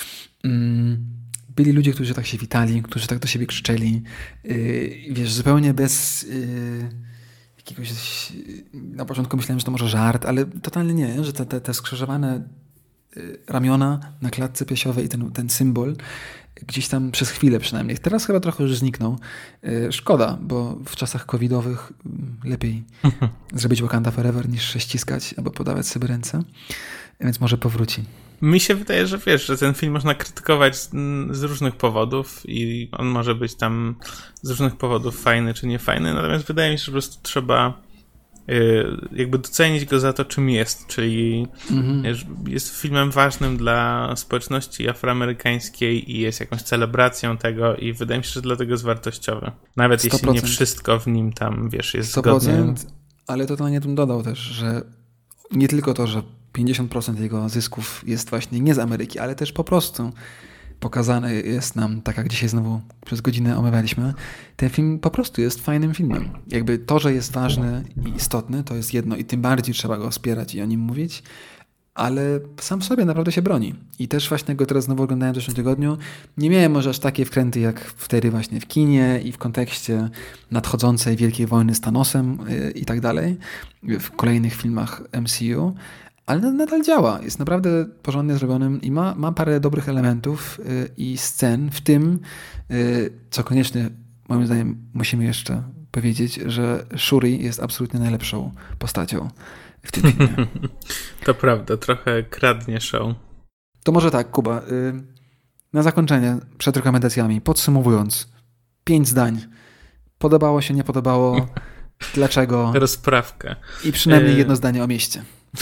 [SPEAKER 1] mm, byli ludzie, którzy tak się witali, którzy tak do siebie krzyczeli. Yy, wiesz, zupełnie bez yy, jakiegoś... Na początku myślałem, że to może żart, ale totalnie nie, że te, te, te skrzyżowane yy, ramiona na klatce piersiowej i ten, ten symbol gdzieś tam przez chwilę przynajmniej. Teraz chyba trochę już zniknął. Yy, szkoda, bo w czasach covidowych yy, lepiej zrobić Wakanda Forever niż się ściskać albo podawać sobie ręce. Więc może powróci.
[SPEAKER 2] Mi się wydaje, że wiesz, że ten film można krytykować z, z różnych powodów i on może być tam z różnych powodów fajny czy niefajny, natomiast wydaje mi się, że po prostu trzeba jakby docenić go za to, czym jest, czyli
[SPEAKER 1] Mhm.
[SPEAKER 2] jest filmem ważnym dla społeczności afroamerykańskiej i jest jakąś celebracją tego i wydaje mi się, że dlatego jest wartościowy. Nawet
[SPEAKER 1] sto
[SPEAKER 2] jeśli
[SPEAKER 1] procent.
[SPEAKER 2] nie wszystko w nim tam, wiesz, jest
[SPEAKER 1] sto
[SPEAKER 2] zgodnie.
[SPEAKER 1] procent, ale totalnie bym dodał też, że nie tylko to, że pięćdziesiąt procent jego zysków jest właśnie nie z Ameryki, ale też po prostu pokazane jest nam, tak jak dzisiaj znowu przez godzinę omawialiśmy, ten film po prostu jest fajnym filmem. Jakby to, że jest ważny i istotny, to jest jedno i tym bardziej trzeba go wspierać i o nim mówić, ale sam w sobie naprawdę się broni. I też właśnie go teraz znowu oglądałem w zeszłym tygodniu. Nie miałem może aż takie wkręty jak wtedy właśnie w kinie i w kontekście nadchodzącej wielkiej wojny z Thanosem i tak dalej, w kolejnych filmach M C U, ale nadal działa. Jest naprawdę porządnie zrobionym i ma, ma parę dobrych elementów yy, i scen, w tym, yy, co koniecznie moim zdaniem musimy jeszcze powiedzieć, że Shuri jest absolutnie najlepszą postacią w tym filmie.
[SPEAKER 2] To prawda, trochę kradnie show.
[SPEAKER 1] To może tak, Kuba, yy, na zakończenie, przed rekomendacjami, podsumowując, pięć zdań. Podobało się, nie podobało, dlaczego?
[SPEAKER 2] Rozprawkę.
[SPEAKER 1] I przynajmniej
[SPEAKER 2] yy...
[SPEAKER 1] jedno zdanie o mieście.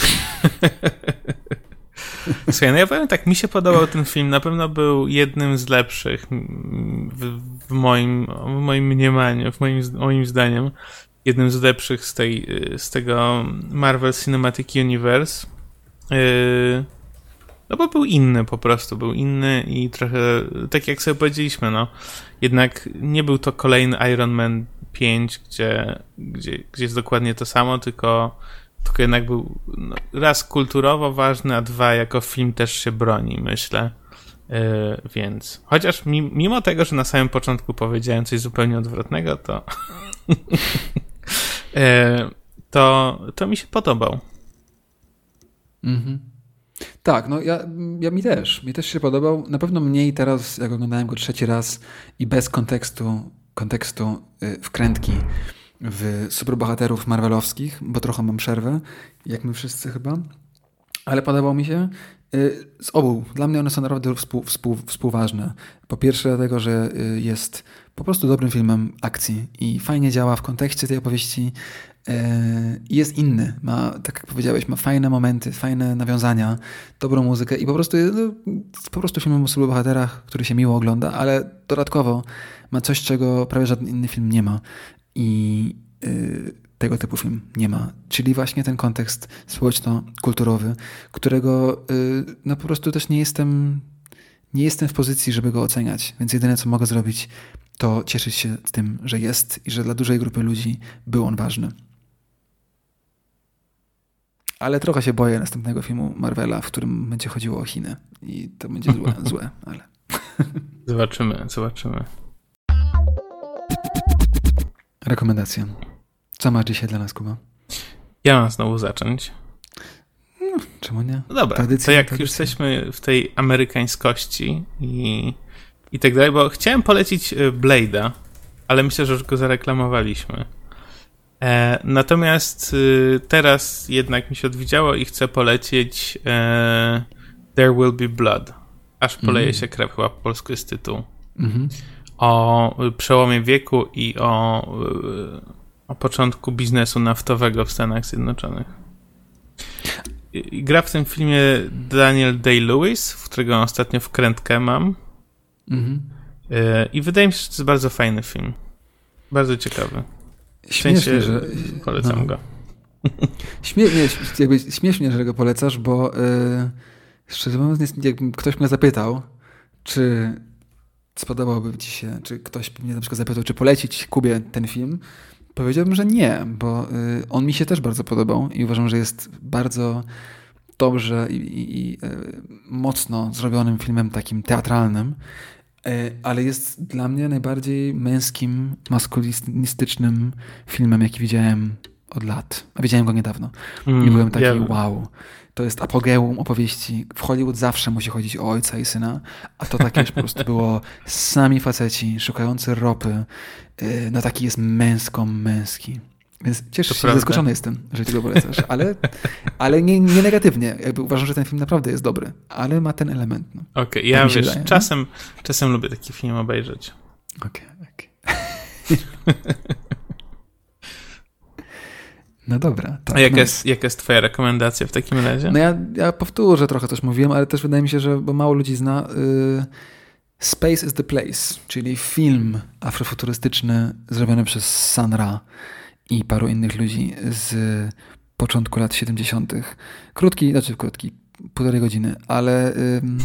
[SPEAKER 2] Słuchaj, no ja powiem tak, mi się podobał ten film, na pewno był jednym z lepszych w, w moim w moim mniemaniu, w moim, moim zdaniem, jednym z lepszych z, tej, z tego Marvel Cinematic Universe. Yy, no bo był inny po prostu, był inny i trochę, tak jak sobie powiedzieliśmy, no, jednak nie był to kolejny Iron Man pięć, gdzie, gdzie, gdzie jest dokładnie to samo, tylko Tylko jednak był no, raz kulturowo ważny, a dwa jako film też się broni, myślę. Yy, więc chociaż mi, mimo tego, że na samym początku powiedziałem coś zupełnie odwrotnego, to yy, to, to mi się podobał.
[SPEAKER 1] Mhm. Tak, no ja, ja mi też. Mi też się podobał. Na pewno mniej teraz, jak oglądałem go trzeci raz i bez kontekstu, kontekstu yy, wkrętki w superbohaterów marvelowskich, bo trochę mam przerwę, jak my wszyscy chyba, ale podobał mi się y, z obu. Dla mnie one są naprawdę współ, współ, współważne. Po pierwsze dlatego, że y, jest po prostu dobrym filmem akcji i fajnie działa w kontekście tej opowieści i y, jest inny. Ma, tak jak powiedziałeś, ma fajne momenty, fajne nawiązania, dobrą muzykę i po prostu jest no, po prostu filmem o superbohaterach, który się miło ogląda, ale dodatkowo ma coś, czego prawie żaden inny film nie ma. I y, tego typu film nie ma. Czyli właśnie ten kontekst społeczno-kulturowy, którego y, no po prostu też nie jestem nie jestem w pozycji, żeby go oceniać. Więc jedyne, co mogę zrobić, to cieszyć się z tym, że jest i że dla dużej grupy ludzi był on ważny. Ale trochę się boję następnego filmu Marvela, w którym będzie chodziło o Chiny. I to będzie złe, złe ale...
[SPEAKER 2] Zobaczymy, zobaczymy.
[SPEAKER 1] Rekomendacje. Co masz dzisiaj dla nas, Kuba?
[SPEAKER 2] Ja mam znowu zacząć.
[SPEAKER 1] No, czemu nie?
[SPEAKER 2] No dobra,
[SPEAKER 1] tradycja,
[SPEAKER 2] to jak
[SPEAKER 1] tradycja.
[SPEAKER 2] już jesteśmy w tej amerykańskości i, i tak dalej, bo chciałem polecić Blade'a, ale myślę, że już go zareklamowaliśmy. E, natomiast y, teraz jednak mi się odwiedziało i chcę polecieć e, There Will Be Blood. Aż poleje
[SPEAKER 1] Mm.
[SPEAKER 2] się krew, chyba po polsku jest tytuł.
[SPEAKER 1] Mhm.
[SPEAKER 2] O przełomie wieku i o, o początku biznesu naftowego w Stanach Zjednoczonych. I gra w tym filmie Daniel Day-Lewis, w którego ostatnio wkrętkę mam.
[SPEAKER 1] Mhm.
[SPEAKER 2] I wydaje mi się, że to jest bardzo fajny film. Bardzo ciekawy. W
[SPEAKER 1] Śmiesznie,
[SPEAKER 2] sensie
[SPEAKER 1] że...
[SPEAKER 2] polecam
[SPEAKER 1] no.
[SPEAKER 2] go.
[SPEAKER 1] Śmie... jakby śmiesznie, że go polecasz, bo yy, szczerze mówiąc, jakby ktoś mnie zapytał, czy spodobałby ci się, czy ktoś mnie na przykład zapytał, czy polecić Kubie ten film, powiedziałbym, że nie, bo y, on mi się też bardzo podobał i uważam, że jest bardzo dobrze i, i, i y, mocno zrobionym filmem takim teatralnym, y, ale jest dla mnie najbardziej męskim, maskulinistycznym filmem, jaki widziałem od lat. A widziałem go niedawno.
[SPEAKER 2] Mm,
[SPEAKER 1] I byłem taki,
[SPEAKER 2] ja...
[SPEAKER 1] wow. To jest apogeum opowieści. W Hollywood zawsze musi chodzić o ojca i syna, a to takie już po prostu było sami faceci, szukający ropy. No taki jest męsko-męski. Więc cieszę
[SPEAKER 2] to
[SPEAKER 1] się,
[SPEAKER 2] prawda.
[SPEAKER 1] zaskoczony jestem, że ty go polecasz. Ale, ale nie, nie negatywnie. Jakby uważam, że ten film naprawdę jest dobry, ale ma ten element. No.
[SPEAKER 2] Okej, okay, ja
[SPEAKER 1] tak
[SPEAKER 2] wiesz,
[SPEAKER 1] wydaje,
[SPEAKER 2] czasem, czasem lubię taki film obejrzeć.
[SPEAKER 1] Okej, okay, okej. Okay. No dobra. Tak,
[SPEAKER 2] A jaka
[SPEAKER 1] no.
[SPEAKER 2] jest, jaka jest twoja rekomendacja w takim razie?
[SPEAKER 1] No ja, ja powtórzę trochę, coś mówiłem, ale też wydaje mi się, że bo mało ludzi zna y, Space is the Place, czyli film afrofuturystyczny zrobiony przez Sun Ra i paru innych ludzi z początku lat siedemdziesiątych. Krótki, znaczy krótki, półtorej godziny, ale ym,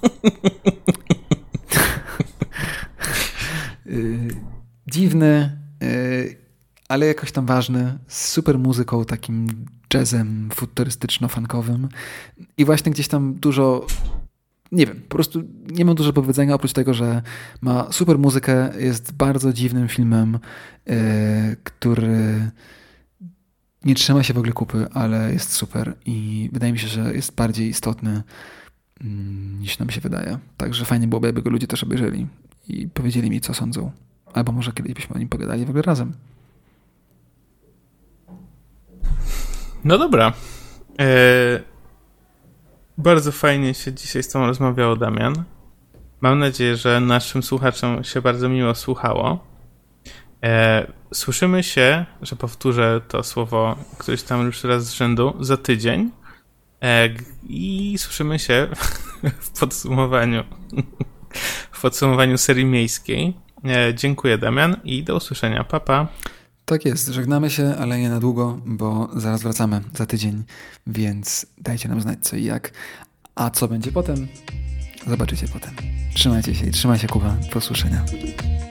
[SPEAKER 1] y, dziwny, y, ale jakoś tam ważny, z super muzyką, takim jazzem futurystyczno-funkowym i właśnie gdzieś tam dużo, nie wiem, po prostu nie mam dużo powiedzenia oprócz tego, że ma super muzykę, jest bardzo dziwnym filmem, yy, który nie trzyma się w ogóle kupy, ale jest super i wydaje mi się, że jest bardziej istotny yy, niż nam się wydaje. Także fajnie byłoby, jakby go ludzie też obejrzeli i powiedzieli mi, co sądzą. Albo może kiedyś byśmy o nim pogadali w ogóle razem.
[SPEAKER 2] No dobra. E, bardzo fajnie się dzisiaj z tobą rozmawiało, Damian. Mam nadzieję, że naszym słuchaczom się bardzo miło słuchało. E, słyszymy się, że powtórzę to słowo któryś tam już raz z rzędu, za tydzień. E, I słyszymy się w podsumowaniu w podsumowaniu serii miejskiej. E, dziękuję, Damian, i do usłyszenia. Pa, pa.
[SPEAKER 1] Tak jest, żegnamy się, ale nie na długo, bo zaraz wracamy za tydzień, więc dajcie nam znać co i jak. A co będzie potem? Zobaczycie potem. Trzymajcie się i trzymaj się, Kuba. Do usłyszenia.